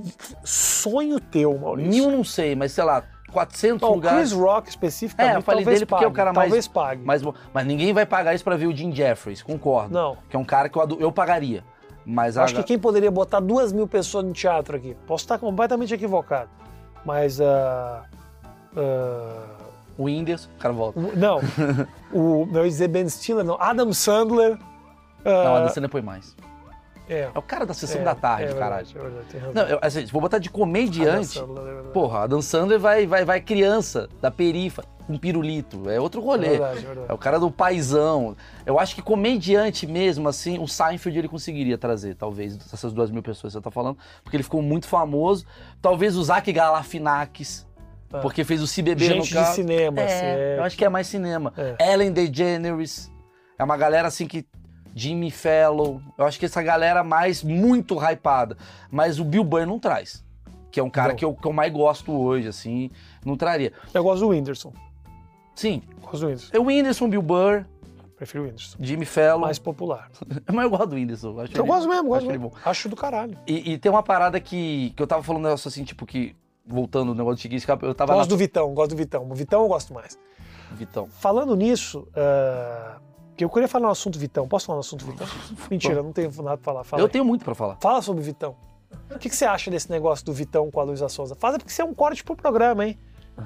Sonho teu, Maurício. Mil não sei, mas sei lá, quatrocentos Não, o lugares. Chris Rock especificamente, É, eu falei talvez dele pague, porque é o cara mais- talvez pague. Mas, mas ninguém vai pagar isso pra ver o Jim Jeffries, concordo. Não. Que é um cara que eu, ado- eu pagaria. Mas Acho a- que quem poderia botar duas mil pessoas no teatro aqui? Posso estar completamente equivocado. Mas. ah, ah, o Whindersson, o cara volta. o- não. o, não ia dizer Ben Stiller, não. Adam Sandler. ah, Não, a Dan Sandler põe mais. é, É o cara da sessão é, da tarde, é caralho. verdade, é verdade, tem razão. Não, eu, assim, se vou botar de comediante, Adam Sandler, é verdade. porra, a Dan Sandler vai, vai, vai criança da perifa, com pirulito, é outro É rolê. verdade, é verdade. É o cara do paizão. Eu acho que comediante mesmo, assim, o Seinfeld ele conseguiria trazer, talvez, essas duas mil pessoas que você tá falando, porque ele ficou muito famoso. Talvez o Zach Galifianakis, Ah. porque fez o Se Beber Gente no de caso. cinema, É, certo. eu acho que é mais cinema. É. Ellen DeGeneres, é uma galera assim que... Jimmy Fallon, eu acho que essa galera mais muito hypada, mas o Bill Burr não traz, que é um cara Não. que eu, que eu mais gosto hoje, assim, não traria. Eu gosto do Whindersson. Sim, Gosto do Whindersson. é o Whindersson, Bill Burr, Prefiro o Whindersson. Jimmy Fallon, Mais popular. mas eu gosto do Whindersson. Acho Eu ele- gosto mesmo, gosto acho ele mesmo. bom. Acho do caralho. E, e tem uma parada que, que eu tava falando um negócio assim, tipo que, voltando no negócio de Chiquinho Scarpa, eu tava Gosto na... do Vitão, gosto do Vitão. O Vitão eu gosto mais. Vitão. Falando nisso, ah, que eu queria falar no assunto Vitão. Posso falar no assunto Vitão? Mentira, não tenho nada pra falar. Fala Eu aí. tenho muito pra falar. Fala sobre o Vitão. O que, que você acha desse negócio do Vitão com a Luísa Sonza? Faz porque você é um corte pro programa, hein?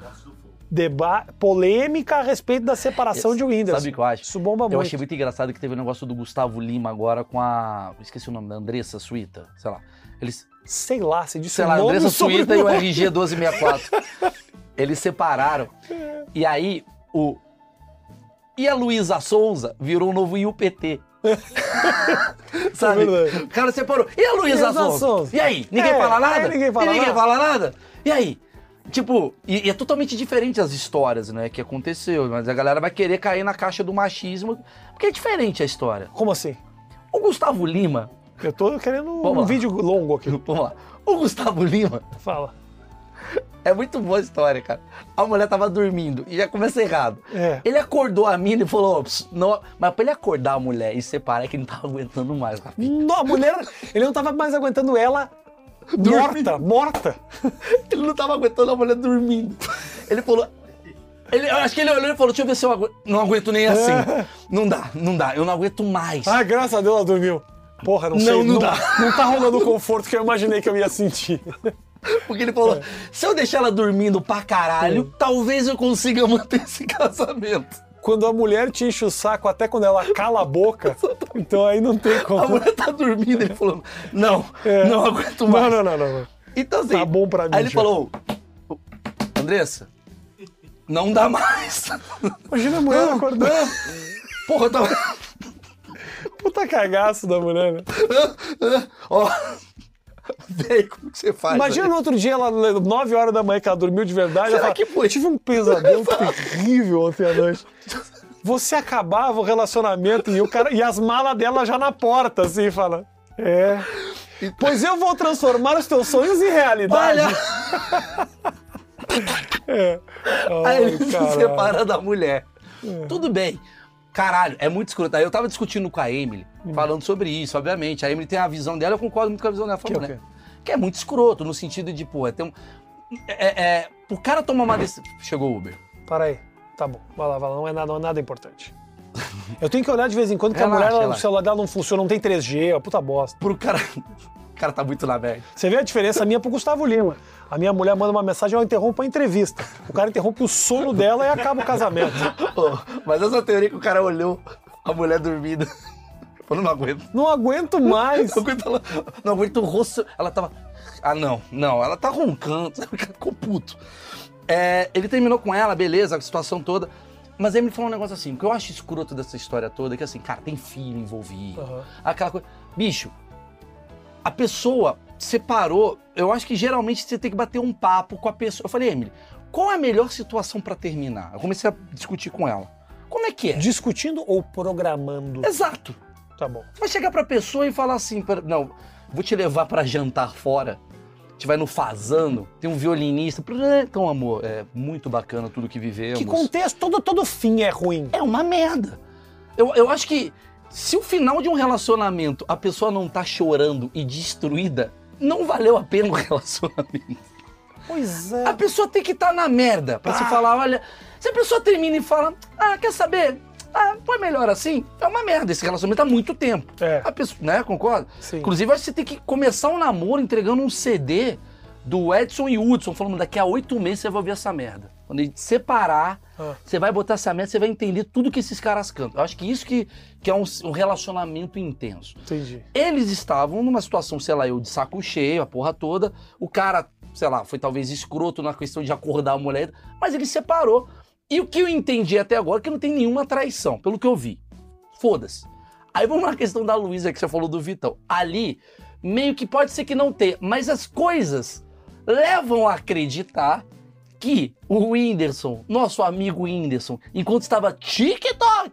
Deba polêmica a respeito da separação de Whindersson. Sabe o que eu acho? Isso bomba muito. Eu achei muito engraçado que teve o negócio do Gustavo Lima agora com a... Esqueci o nome, da Andressa Suíta, sei lá. Eles... Sei lá, você disse sei o lá, nome Andressa e Suíta e o sobrenome. R G doze sessenta e quatro. Eles separaram. E aí, o... E a Luísa Sonza virou um novo I U P T. Sabe? É verdade. O cara separou. E a Luísa Luísa Sonza? Sonza? E aí? Ninguém É, fala nada? aí ninguém fala e ninguém nada. fala nada? E aí? Tipo, e, e é totalmente diferente as histórias, né, que aconteceu. Mas a galera vai querer cair na caixa do machismo, porque é diferente a história. Como assim? O Gustavo Lima... Eu tô querendo Vamos um lá. vídeo longo aqui. Vamos lá. O Gustavo Lima... Fala. É muito boa a história, cara. A mulher tava dormindo e já começa errado. É. Ele acordou a mina e falou, "Ps, não, mas pra ele acordar a mulher e separar é que ele não tava aguentando mais, Rafinha. Não, a mulher, ele não tava mais aguentando ela morta, morta. Ele não tava aguentando a mulher dormindo. Ele falou, Ele, eu acho que ele olhou e falou, deixa eu ver se eu aguento. Não aguento nem assim. Não dá, não dá. Eu não aguento mais. Ai, graças a Deus ela dormiu. Porra, não, Não, sei. não Não, dá. não tá rolando o conforto que eu imaginei que eu ia sentir. Porque ele falou, se eu deixar ela dormindo pra caralho, É. talvez eu consiga manter esse casamento. Quando a mulher te enche o saco até quando ela cala a boca, então aí não tem como. A mulher tá dormindo, ele falou, não, É. não aguento Não, mais. não, não, não. não. Então assim, Tá bom pra mim, aí ele tio. falou, Andressa, não dá mais. Imagina a mulher acordando. Porra, eu tava... Puta cagaço da mulher, né? Ó, velho, como que você faz? Imagina no outro dia, ela, nove horas da manhã, que ela dormiu de verdade. Será ela fala, que foi? Eu tive um pesadelo terrível ontem à noite. Você acabava o relacionamento e, o cara, e as malas dela já na porta, assim, fala. É. Pois eu vou transformar os teus sonhos em realidade. Olha! É. Aí Ai, ele se caralho. separa da mulher. Tudo bem. Caralho, é muito escroto. Aí eu tava discutindo com a Emily, falando sobre isso, obviamente. A Emily tem a visão dela, eu concordo muito com a visão dela. Que Falou, é o né? Que é muito escroto, no sentido de, pô, é ter um... É, é, o cara tomar uma decisão... Chegou o Uber. Para aí. Tá bom. Vai lá, vai lá. Não é nada, não é nada importante. Eu tenho que olhar de vez em quando que Relaxa, a mulher, relaxa. o celular dela não funciona, não tem três G, é uma puta bosta. Pro cara... O cara tá muito na merda. Você vê a diferença minha pro Gustavo Lima. A minha mulher manda uma mensagem, eu interrompo a entrevista. O cara interrompe o sono dela e acaba o casamento. Pô, mas essa teoria que o cara olhou a mulher dormindo... Falou, não aguento. Não aguento mais. Não aguento, ela, não aguento o rosto. Ela tava. Ah, não, não, ela tá roncando. O cara ficou puto. É, ele terminou com ela, beleza, a situação toda. Mas aí me falou um negócio assim: o que eu acho escroto dessa história toda é que, assim, cara, tem filho envolvido. Uhum. Aquela coisa. Bicho, a pessoa separou. Eu acho que geralmente você tem que bater um papo com a pessoa. Eu falei, Emily, qual é a melhor situação pra terminar? Eu comecei a discutir com ela. Como é que é? Discutindo ou programando? Exato. Tá bom. Você vai chegar pra pessoa e falar assim, pra- não, vou te levar pra jantar fora, a gente vai no Fazano, tem um violinista, então amor, é muito bacana tudo que vivemos. Que contexto, todo, todo fim é ruim. É uma merda. Eu, eu acho que se o final de um relacionamento a pessoa não tá chorando e destruída, não valeu a pena o relacionamento. Pois A é. pessoa tem que estar na merda pra se Ah. falar, olha, se a pessoa termina e fala, ah, quer saber? Ah, foi melhor assim? É uma merda, esse relacionamento há muito tempo. É. A pessoa, né, concorda? Sim. Inclusive, eu acho que você tem que começar um namoro entregando um C D do Edson e Hudson, falando, daqui a oito meses você vai ouvir essa merda. Quando ele separar, Ah. você vai botar essa merda, você vai entender tudo que esses caras cantam. Eu acho que isso que, que é um, um relacionamento intenso. Entendi. Eles estavam numa situação, sei lá, eu de saco cheio, a porra toda. O cara, sei lá, foi talvez escroto na questão de acordar a mulher, mas ele separou. E o que eu entendi até agora é que não tem nenhuma traição, pelo que eu vi. Foda-se. Aí vamos na questão da Luísa que você falou do Vitão. Ali, meio que pode ser que não tenha, mas as coisas levam a acreditar que o Whindersson, nosso amigo Whindersson, enquanto estava TikTok,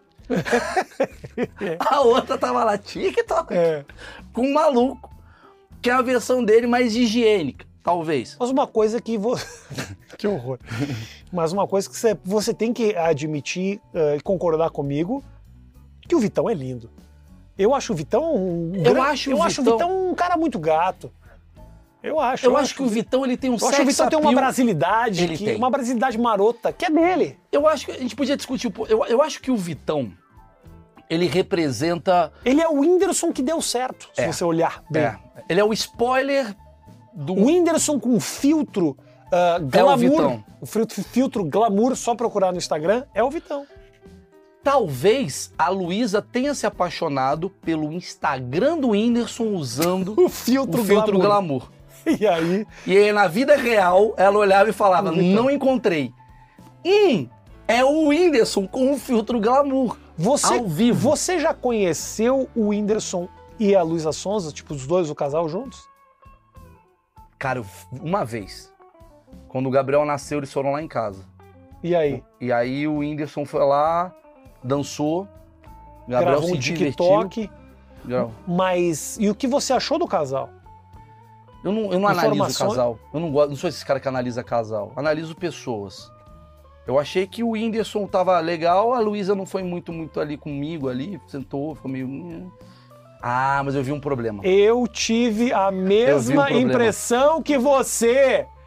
a outra tava lá TikTok, É. com um maluco, que é a versão dele mais higiênica, talvez. Mas uma coisa que você... que horror. Mas uma coisa que você, você tem que admitir eh, e concordar comigo, que o Vitão é lindo. Eu acho o Vitão um... Eu gran- acho o eu acho o Vitão- Vitão um cara muito gato. Eu acho. Eu acho que o Vitão, ele tem um Eu acho que o sex Vitão tem uma appeal. brasilidade, Ele que- tem. uma brasilidade marota, que é dele. Eu acho que a gente podia discutir um pouco. Eu, eu acho que o Vitão, ele representa. Ele é o Whindersson que deu certo, se É. você olhar bem. É, ele é o spoiler do. O Whindersson com filtro ah, É o glamour, Vitão. o filtro, filtro glamour, só procurar no Instagram, é o Vitão. Talvez a Luísa tenha se apaixonado pelo Instagram do Whindersson usando O filtro, o filtro glamour. glamour. E aí, E aí, na vida real, ela olhava e falava: O Vitão. não encontrei. Hum, é o Whindersson com o filtro glamour. você, Ao vivo. você já conheceu o Whindersson e a Luísa Sonza, tipo, os dois, o casal juntos? Cara, eu- uma vez, quando o Gabriel nasceu, eles foram lá em casa. E aí? E aí o Whindersson foi lá, dançou, o Gabriel Gravou se um divertiu. TikTok, Gravou. mas... E o que você achou do casal? Eu não, eu não analiso Informações- casal. Eu não gosto, não sou esse cara que analisa casal. Analiso pessoas. Eu achei que o Whindersson tava legal, a Luísa não foi muito, muito ali comigo ali, sentou, ficou meio... hum. Ah, mas eu vi um problema. Eu tive a mesma problema. impressão que você.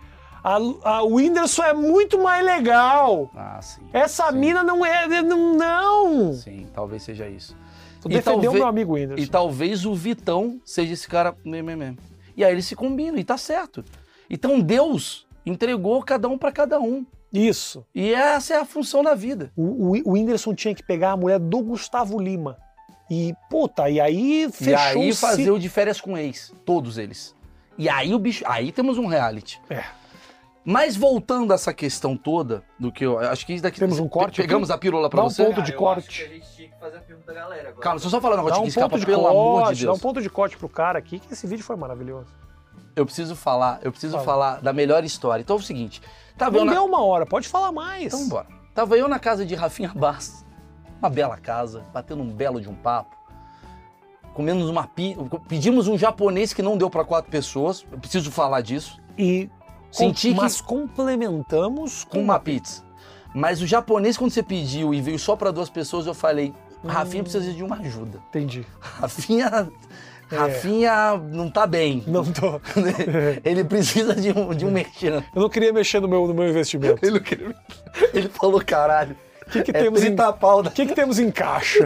A, a, o Whindersson é muito mais legal. Ah, sim. Essa sim. mina não é... Não! não. Sim, talvez seja isso. Tu defendeu talvez, meu amigo Whindersson. E talvez o Vitão seja esse cara mesmo. E aí eles se combinam, e tá certo. Então Deus entregou cada um pra cada um. Isso. E essa é a função da vida. O, o, o Whindersson tinha que pegar a mulher do Gustavo Lima. E, puta, e aí fechou. E aí fazer o de férias com ex. Todos eles. E aí o bicho... Aí temos um reality. É. Mas voltando a essa questão toda, do que eu... Acho que isso daqui... Temos um corte Pegamos aqui? a pirula pra Dá um você? ponto de eu corte. acho que a gente tinha que fazer a pergunta da galera agora. Calma, deixa eu só falar um negócio Dá um de escapa, ponto de pelo corte, amor de dá um Deus. ponto de corte pro cara aqui, que esse vídeo foi maravilhoso. Eu preciso falar, eu preciso Fala. falar da melhor história. Então é o seguinte, tava eu Não na... deu uma hora, pode falar mais. Então bora. Tava eu na casa de Rafinha Bastos, uma bela casa, batendo um belo de um papo, comendo uma pi... pedimos um japonês que não deu pra quatro pessoas, eu preciso falar disso, E Senti com, que- mas complementamos com uma pizza. Mas o japonês, quando você pediu e veio só pra duas pessoas, eu falei, Rafinha precisa de uma ajuda. Entendi. Rafinha... Rafinha não tá bem. Não tô. Ele precisa de um, de um merchan. Eu não queria mexer no meu, no meu investimento. Ele, não queria- ele falou, caralho, O que, que, é temos em, trinta pau, da- que, que temos em caixa?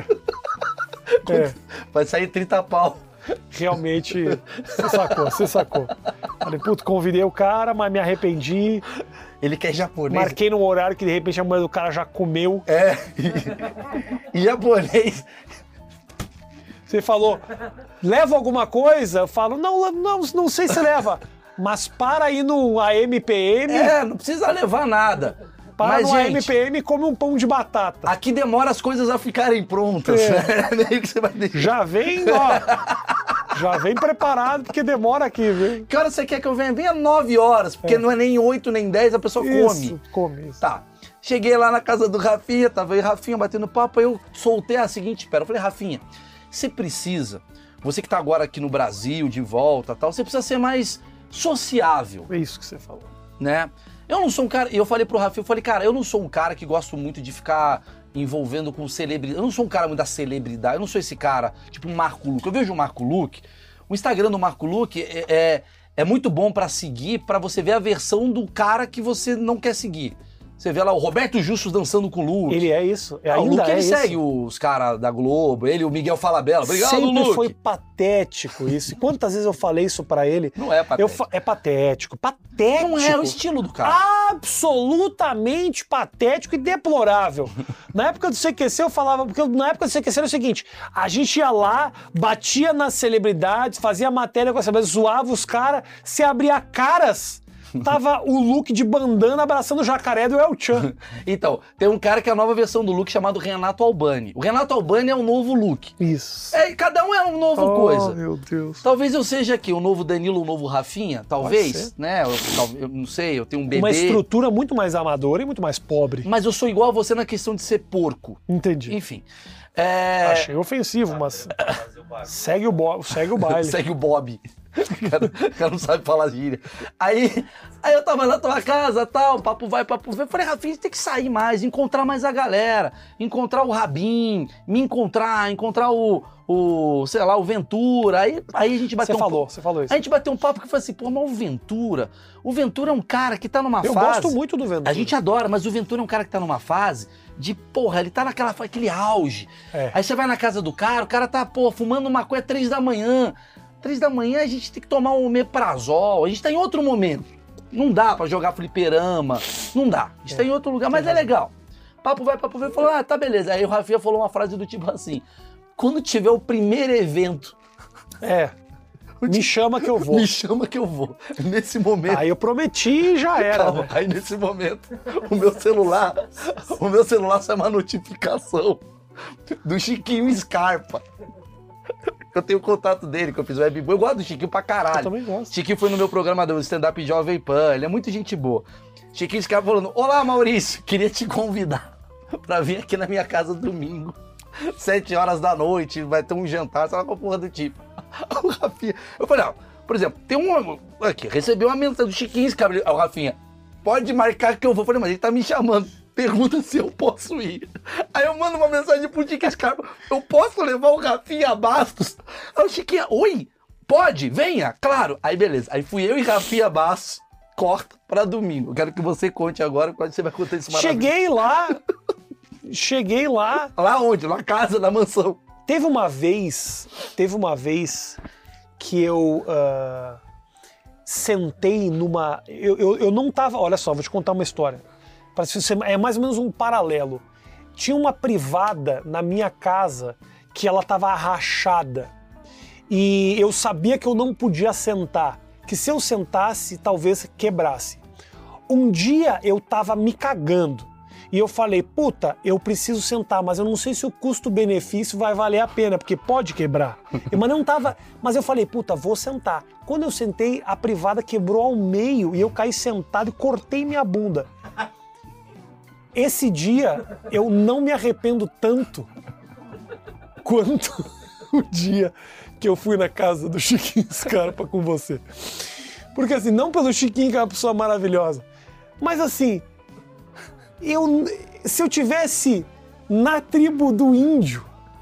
É, vai sair trinta pau. realmente, você sacou, você sacou. Falei, puto, convidei o cara, mas me arrependi. Ele quer japonês. Marquei num horário que de repente a mulher do cara já comeu. É, e, e japonês. Você falou, leva alguma coisa? Eu falo, não, não, não sei se leva. Mas para aí no A M P M, É, não precisa levar nada. para Mas, no gente, A M P M e come um pão de batata. aqui demora as coisas a ficarem prontas. É. É meio que você vai deixar. Já vem, ó, já vem preparado, porque demora aqui, viu? Que hora você quer que eu venha? Venha nove horas, porque É. não é nem oito nem dez, a pessoa Isso, come. come isso. Tá. Cheguei lá na casa do Rafinha, tava aí Rafinha batendo papo, aí eu soltei a seguinte espera. Eu falei, Rafinha, você precisa, você que tá agora aqui no Brasil, de volta tal, você precisa ser mais sociável, É isso que você falou. né? Eu não sou um cara, e eu falei pro Rafinha, eu falei, cara, eu não sou um cara que gosto muito de ficar envolvendo com celebridade, eu não sou um cara muito da celebridade, eu não sou esse cara, tipo um Marco Luque. Eu vejo o Marco Luque, o Instagram do Marco Luque é, é, é muito bom pra seguir, pra você ver a versão do cara que você não quer seguir. Você vê lá o Roberto Justus dançando com o Luke. Ele é isso, é, Ah, o ainda Luke, é ele isso. segue os caras da Globo, ele, o Miguel Falabella. Obrigado, Sempre Luke. foi patético isso. E quantas vezes eu falei isso pra ele? Não é patético. Eu fa- é patético, patético. Não é o estilo do cara. Absolutamente patético e deplorável. Na época do C Q C eu falava, porque na época do C Q C era o seguinte, a gente ia lá, batia nas celebridades, fazia matéria com as celebridades, zoava os caras, se abria caras, tava o Luke de bandana abraçando o jacaré do El Chan. Então, tem um cara que é a nova versão do Luke chamado Renato Albani. O Renato Albani é o novo Luke. Isso. É, cada um é um novo Oh, coisa. meu Deus. Talvez eu seja aqui o novo Danilo, o novo Rafinha, Pode talvez, ser. né? Eu, tal- eu não sei, eu tenho um bebê. Uma estrutura muito mais amadora e muito mais pobre. Mas eu sou igual a você na questão de ser porco. Entendi. Enfim. É... Achei ofensivo, mas Fazer o bagulho. segue o, bo... segue o baile. Segue o Bob. O cara, o cara não sabe falar gíria. Aí, aí eu tava na tua casa, tal, papo vai, papo vem. Eu falei, Rafinha, você tem que sair mais, encontrar mais a galera, encontrar o Rabin, me encontrar, encontrar o, o sei lá, o Ventura. Aí, aí a gente Você bateu um falou, papo. você falou isso. A gente bateu um papo que foi assim, pô, mas o Ventura, o Ventura é um cara que tá numa Eu fase... gosto muito do Ventura. A gente adora, mas o Ventura é um cara que tá numa fase de, porra, ele tá naquela fa- aquele auge. É. Aí você vai na casa do cara, o cara tá, pô, fumando maconha três da manhã. Três da manhã a gente tem que tomar um omeprazol, a gente tá em outro momento. Não dá pra jogar fliperama, não dá. A gente É, tá em outro lugar, mas é legal. Papo vai, papo vem, falou, ah, tá beleza. Aí o Rafinha falou uma frase do tipo assim, quando tiver o primeiro evento, É. Me chama que eu vou. me chama que eu vou. Nesse momento... Aí eu prometi e já era. Calma, né? aí nesse momento, o meu celular, o meu celular sai uma notificação do Chiquinho Scarpa. Eu tenho o contato dele, que eu fiz o webboy. Eu gosto do Chiquinho pra Eu caralho. também gosto. Chiquinho foi no meu programa do stand-up Jovem Pan, ele é muito gente boa. Chiquinho Scarpa falando, olá Maurício, queria te convidar pra vir aqui na minha casa domingo, sete horas da noite, vai ter um jantar, sei lá qual porra do tipo. O Rafinha, eu falei, ó, por exemplo, tem um, aqui, recebeu uma mensagem do Chiquinho Scarpa, o Rafinha, pode marcar que eu vou. Eu falei, mas ele tá me chamando, pergunta se eu posso ir. Aí eu mando uma mensagem pro Chiquinho Scarpa, eu posso levar o Rafinha Bastos? Aí o Chiquinho, oi, pode, venha, claro. Aí beleza, aí fui eu e Rafinha Bastos, corta pra domingo. Eu quero que você conte agora quando você vai contar isso maravilhoso. Cheguei lá, cheguei lá. Lá onde? Na casa, na mansão. Teve uma vez, teve uma vez que eu uh, sentei numa... Eu, eu, eu não tava... Olha só, vou te contar uma história. Parece ser, é mais ou menos um paralelo. Tinha uma privada na minha casa que ela tava rachada. E eu sabia que eu não podia sentar. Que se eu sentasse, talvez quebrasse. Um dia eu tava me cagando. E eu falei, puta, eu preciso sentar, mas eu não sei se o custo-benefício vai valer a pena, porque pode quebrar. Mas não tava. Mas eu falei, puta, vou sentar. Quando eu sentei, a privada quebrou ao meio e eu caí sentado e cortei minha bunda. Esse dia eu não me arrependo tanto quanto o dia que eu fui na casa do Chiquinho Scarpa com você. Porque assim, não pelo Chiquinho, que é uma pessoa maravilhosa, mas assim, eu, se eu tivesse na tribo do índio,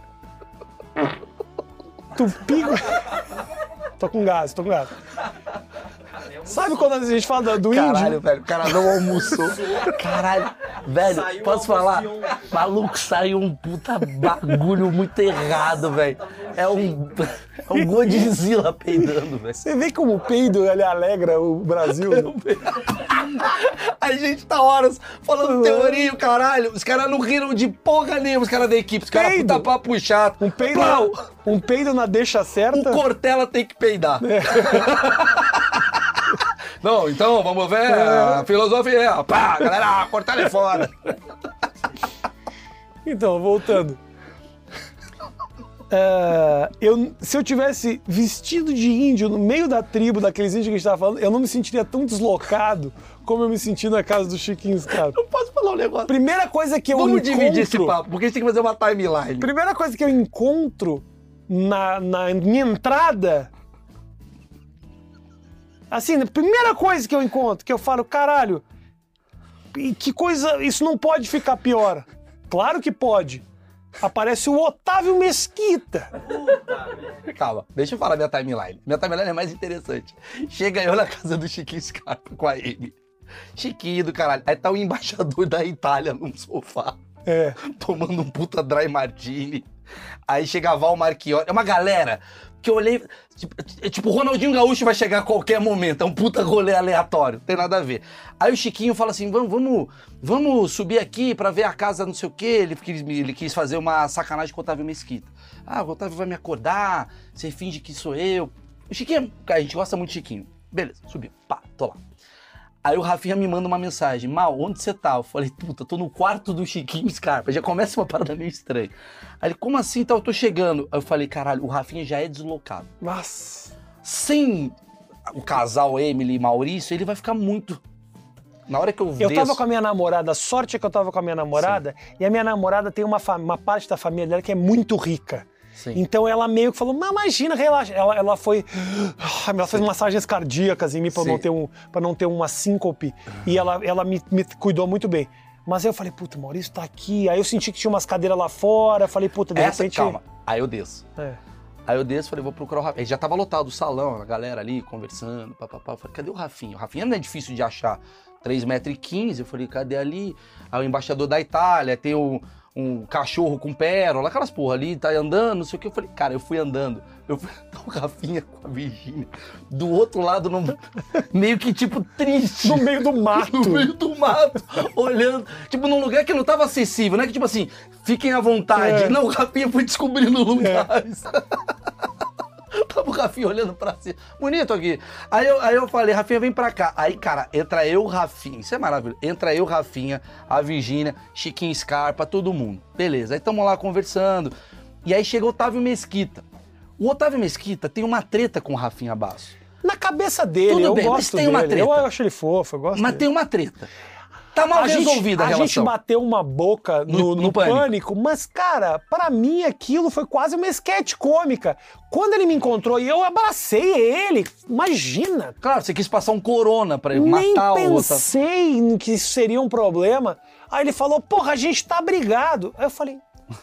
Tupi... Tô com gás, tô com gás. Sabe quando a gente fala do índio? Caralho, velho, o cara não almoçou. Caralho, velho, Saiu posso um falar? almocinho. Maluco, saiu um puta bagulho muito errado, velho. É um, é um Godzilla peidando, velho. Você vê como o peido ele alegra o Brasil? A gente tá horas falando teoria, o caralho. Os caras não riram de porra nenhuma, os caras da equipe. Os caras Peido. puta papo chato. Um peido, Plau, um peido na deixa o certa. Cortella tem que peidar. Não, então vamos ver a filosofia. Pá, galera, Cortella é foda. Então, voltando. É, eu, se eu tivesse vestido de índio no meio da tribo, daqueles índios que a gente tava falando, eu não me sentiria tão deslocado como eu me senti na casa do Chiquinho Scarpa. Não posso falar um negócio. Primeira coisa que eu Vamos encontro... dividir esse papo, porque a gente tem que fazer uma timeline. Primeira coisa que eu encontro na, na minha entrada... Assim, a primeira coisa que eu encontro, que eu falo, caralho, e que coisa, isso não pode ficar pior. Claro que pode. Aparece o Otávio Mesquita. Calma, deixa eu falar minha timeline. Minha timeline é mais interessante. Chega eu na casa do Chiquinho Scarpa com a Amy. Chiquinho do caralho. Aí tá o embaixador da Itália num sofá. É. Tomando um puta dry martini. Aí chega a Val Marchiori. É uma galera que eu olhei... Tipo, tipo, o Ronaldinho Gaúcho vai chegar a qualquer momento. É um puta rolê aleatório. Não tem nada a ver. Aí o Chiquinho fala assim, vamos, vamos, vamos subir aqui pra ver a casa não sei o quê. Ele quis, ele quis fazer uma sacanagem com o Otávio Mesquita. Ah, o Otávio vai me acordar. Você finge que sou eu. O Chiquinho... A gente gosta muito de Chiquinho. Beleza, subiu. Pá, tô lá. Aí o Rafinha me manda uma mensagem, Mal, onde você tá? Eu falei, puta, tô no quarto do Chiquinho Scarpa, já começa uma parada meio estranha. Aí ele, como assim, tá, eu tô chegando? Aí eu falei, caralho, o Rafinha já é deslocado. Nossa. Sem o casal Emily e Maurício, ele vai ficar muito... Na hora que eu Eu desço... tava com a minha namorada, a sorte é que eu tava com a minha namorada, Sim. e a minha namorada tem uma, uma parte da família dela que é muito rica. Sim. Então ela meio que falou, mas imagina, relaxa. Ela, ela foi. Ela fez massagens cardíacas em mim pra não ter, um, pra não ter uma síncope. E ela, ela me, me cuidou muito bem. Mas aí eu falei, puta, o Maurício tá aqui. Aí eu senti que tinha umas cadeiras lá fora. Falei, puta, de Essa, repente. calma. Aí eu desço. É. Aí eu desço, falei, vou procurar o Rafinha. Ele já tava lotado o salão, a galera ali conversando, papapá. Eu falei, cadê o Rafinha? O Rafinha não é difícil de achar. três metros e quinze. Eu falei, cadê ali? Aí o embaixador da Itália, tem o. Um cachorro com pérola, aquelas porra ali, tá andando, não sei o que. Eu falei, cara, eu fui andando. Eu fui o Rafinha com a Virgínia do outro lado, no, meio que tipo triste. No meio do mato. No meio do mato, olhando. Tipo, num lugar que não tava acessível, né? Que tipo assim, fiquem à vontade. É. Não, o Rafinha foi descobrindo lugares. É. Tava o Rafinha olhando pra cima. Bonito aqui. Aí eu, aí eu falei, Rafinha, vem pra cá. Aí, cara, entra eu, Rafinha. Isso é maravilhoso. Entra eu, Rafinha, a Virgínia, Chiquinho Scarpa, todo mundo. Beleza. Aí tamo lá conversando. E aí chega o Otávio Mesquita. O Otávio Mesquita tem uma treta com o Rafinha Basso. Na cabeça dele, Tudo eu bem, mas gosto tem dele. uma treta. Eu acho ele fofo, eu gosto Mas dele. tem uma treta. Tá mal a resolvida a gente, relação. A gente bateu uma boca no, No- no, no pânico. pânico. mas, cara, pra mim aquilo foi quase uma esquete cômica. Quando ele me encontrou e eu abracei ele, imagina. Claro, você quis passar um corona pra ele Nem matar o Otávio. pensei em que isso seria um problema. Aí ele falou, porra, a gente tá brigado. Aí eu falei,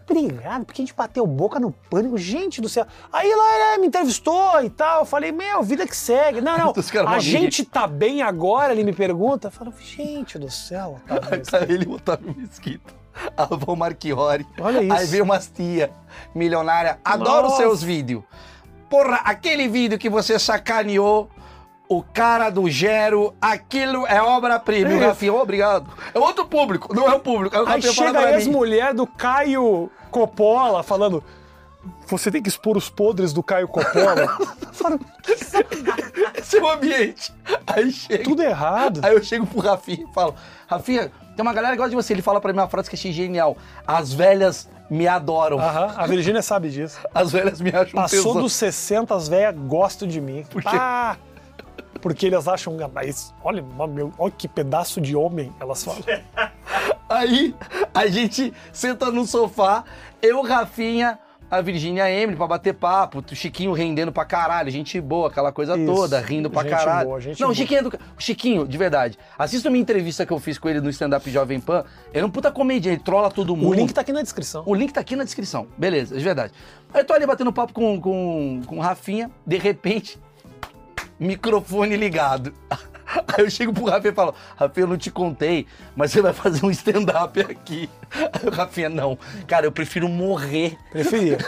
obrigado, porque a gente bateu boca no Pânico, gente do céu. Aí lá ele me entrevistou e tal, eu falei, meu, vida que segue. Não, não, Os caras a vão gente tá bem agora, ele me pergunta. Eu falo, gente do céu, Otávio Aí tá ele e o Otávio Mesquita. A Val Marchiori. Olha isso. Aí veio umas tia milionária. Adoro Nossa. seus vídeos. Porra, aquele vídeo que você sacaneou o cara do Gero, aquilo é obra-prima. É E o isso. Rafinha, obrigado. É outro público, não é o público. Aí o Aí Rafinha fala chega pra a mim. ex-mulher do Caio Coppola falando, você tem que expor os podres do Caio Coppola. Eu falo, Esse é o ambiente. Aí chega. tudo errado. Aí eu chego pro Rafinha e falo, Rafinha, tem uma galera que gosta de você. Ele fala pra mim uma frase que eu achei genial. As velhas me adoram. Aham, a Virgínia sabe disso. As velhas me acham Passou tesão. dos sessenta, as velhas gostam de mim. Por quê? Ah, porque elas acham, mas olha, meu, olha que pedaço de homem, elas falam. Aí a gente senta no sofá, eu, Rafinha, a Virgínia e a Emily pra bater papo, o Chiquinho rendendo pra caralho, gente boa, aquela coisa Isso, toda, rindo pra gente caralho. boa, gente não, o boa. Chiquinho é do... O Chiquinho, de verdade, assista uma entrevista que eu fiz com ele no stand-up Jovem Pan, ele é um puta comediante, ele trola todo mundo. O link tá aqui na descrição. O link tá aqui na descrição. Beleza, de verdade. Aí eu tô ali batendo papo com, com, com o Rafinha, de repente, microfone ligado. Aí eu chego pro Rafinha e falo, Rafinha, eu não te contei, mas você vai fazer um stand-up aqui. Aí o Rafinha, não. Cara, eu prefiro morrer. Preferia.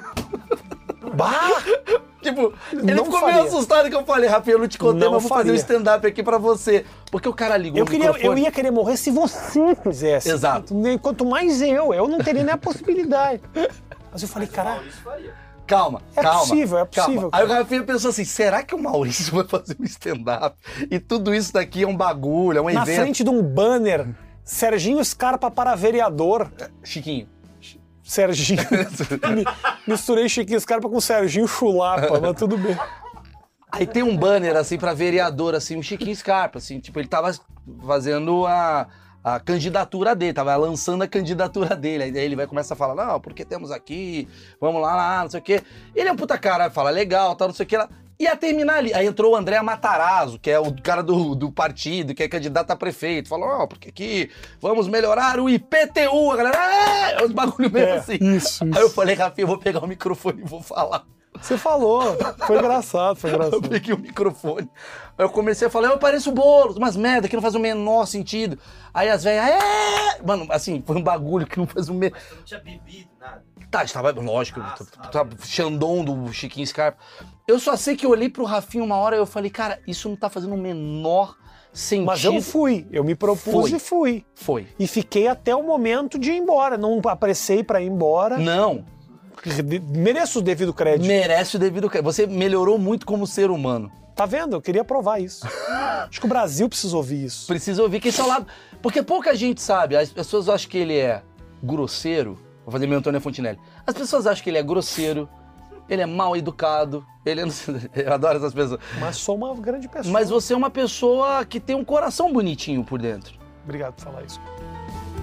Bah! Tipo, ele Não ficou faria. meio assustado que eu falei, Rafinha, eu não te contei, Não mas eu vou fazer um faria. stand-up aqui pra você. Porque o cara ligou Eu, o queria, microfone. eu ia querer morrer se você fizesse. Exato. Nem- Quanto mais eu, eu não teria nem a possibilidade. Mas eu falei, caralho, Maurício faria. Calma, É calma. possível, é possível, Calma. Aí o cara. Rafinha pensou assim, será que o Maurício vai fazer um stand-up? E tudo isso daqui é um bagulho, é um na evento. frente de um banner, Serginho Scarpa para vereador. Chiquinho. Serginho. Mi- Misturei Chiquinho Scarpa com Serginho Chulapa, mas tudo bem. Aí tem um banner, assim, pra vereador, assim, um Chiquinho Scarpa, assim, tipo, ele tava fazendo a, a candidatura dele, tava lançando a candidatura dele. Aí ele vai começar a falar, não, porque temos aqui, vamos lá, lá, não sei o quê. Ele é um puta cara, fala legal, tal, não sei o quê lá. Ia terminar ali. Aí entrou o André Matarazzo, que é o cara do, do partido, que é candidato a prefeito. Falou, ó, porque aqui vamos melhorar o I P T U. A galera, é, uns bagulho meio É, assim. isso, Aí isso. eu falei, Rafinha, eu vou pegar o microfone e vou falar. Você falou. Foi engraçado, foi Eu engraçado. peguei o microfone. Aí eu comecei a falar, eu pareço Boulos, umas merda que não faz o menor sentido. Aí as velhas, é! Mano, assim, foi um bagulho que não faz o menor... Não tinha bebido, nada. Tá, estava, lógico, Ah, t- tá. tava Xandão do Chiquinho Scarpa. Eu só sei que eu olhei pro Rafinha uma hora e eu falei, cara, isso não tá fazendo o menor sentido. Mas eu fui, eu me propus Foi. e fui. Foi. E fiquei até o momento de ir embora. Não apressei pra ir embora. Não, De- Mereço o devido crédito. merece o devido crédito. Você melhorou muito como ser humano. Tá vendo? Eu queria provar isso. Acho que o Brasil precisa ouvir isso. Precisa ouvir que esse é o lado... Porque pouca gente sabe, as pessoas acham que ele é grosseiro. Vou fazer meu Antônio Fontinelli. As pessoas acham que ele é grosseiro, ele é mal educado, ele é... Eu adoro essas pessoas. Mas sou uma grande pessoa. Mas você é uma pessoa que tem um coração bonitinho por dentro. Obrigado por falar isso.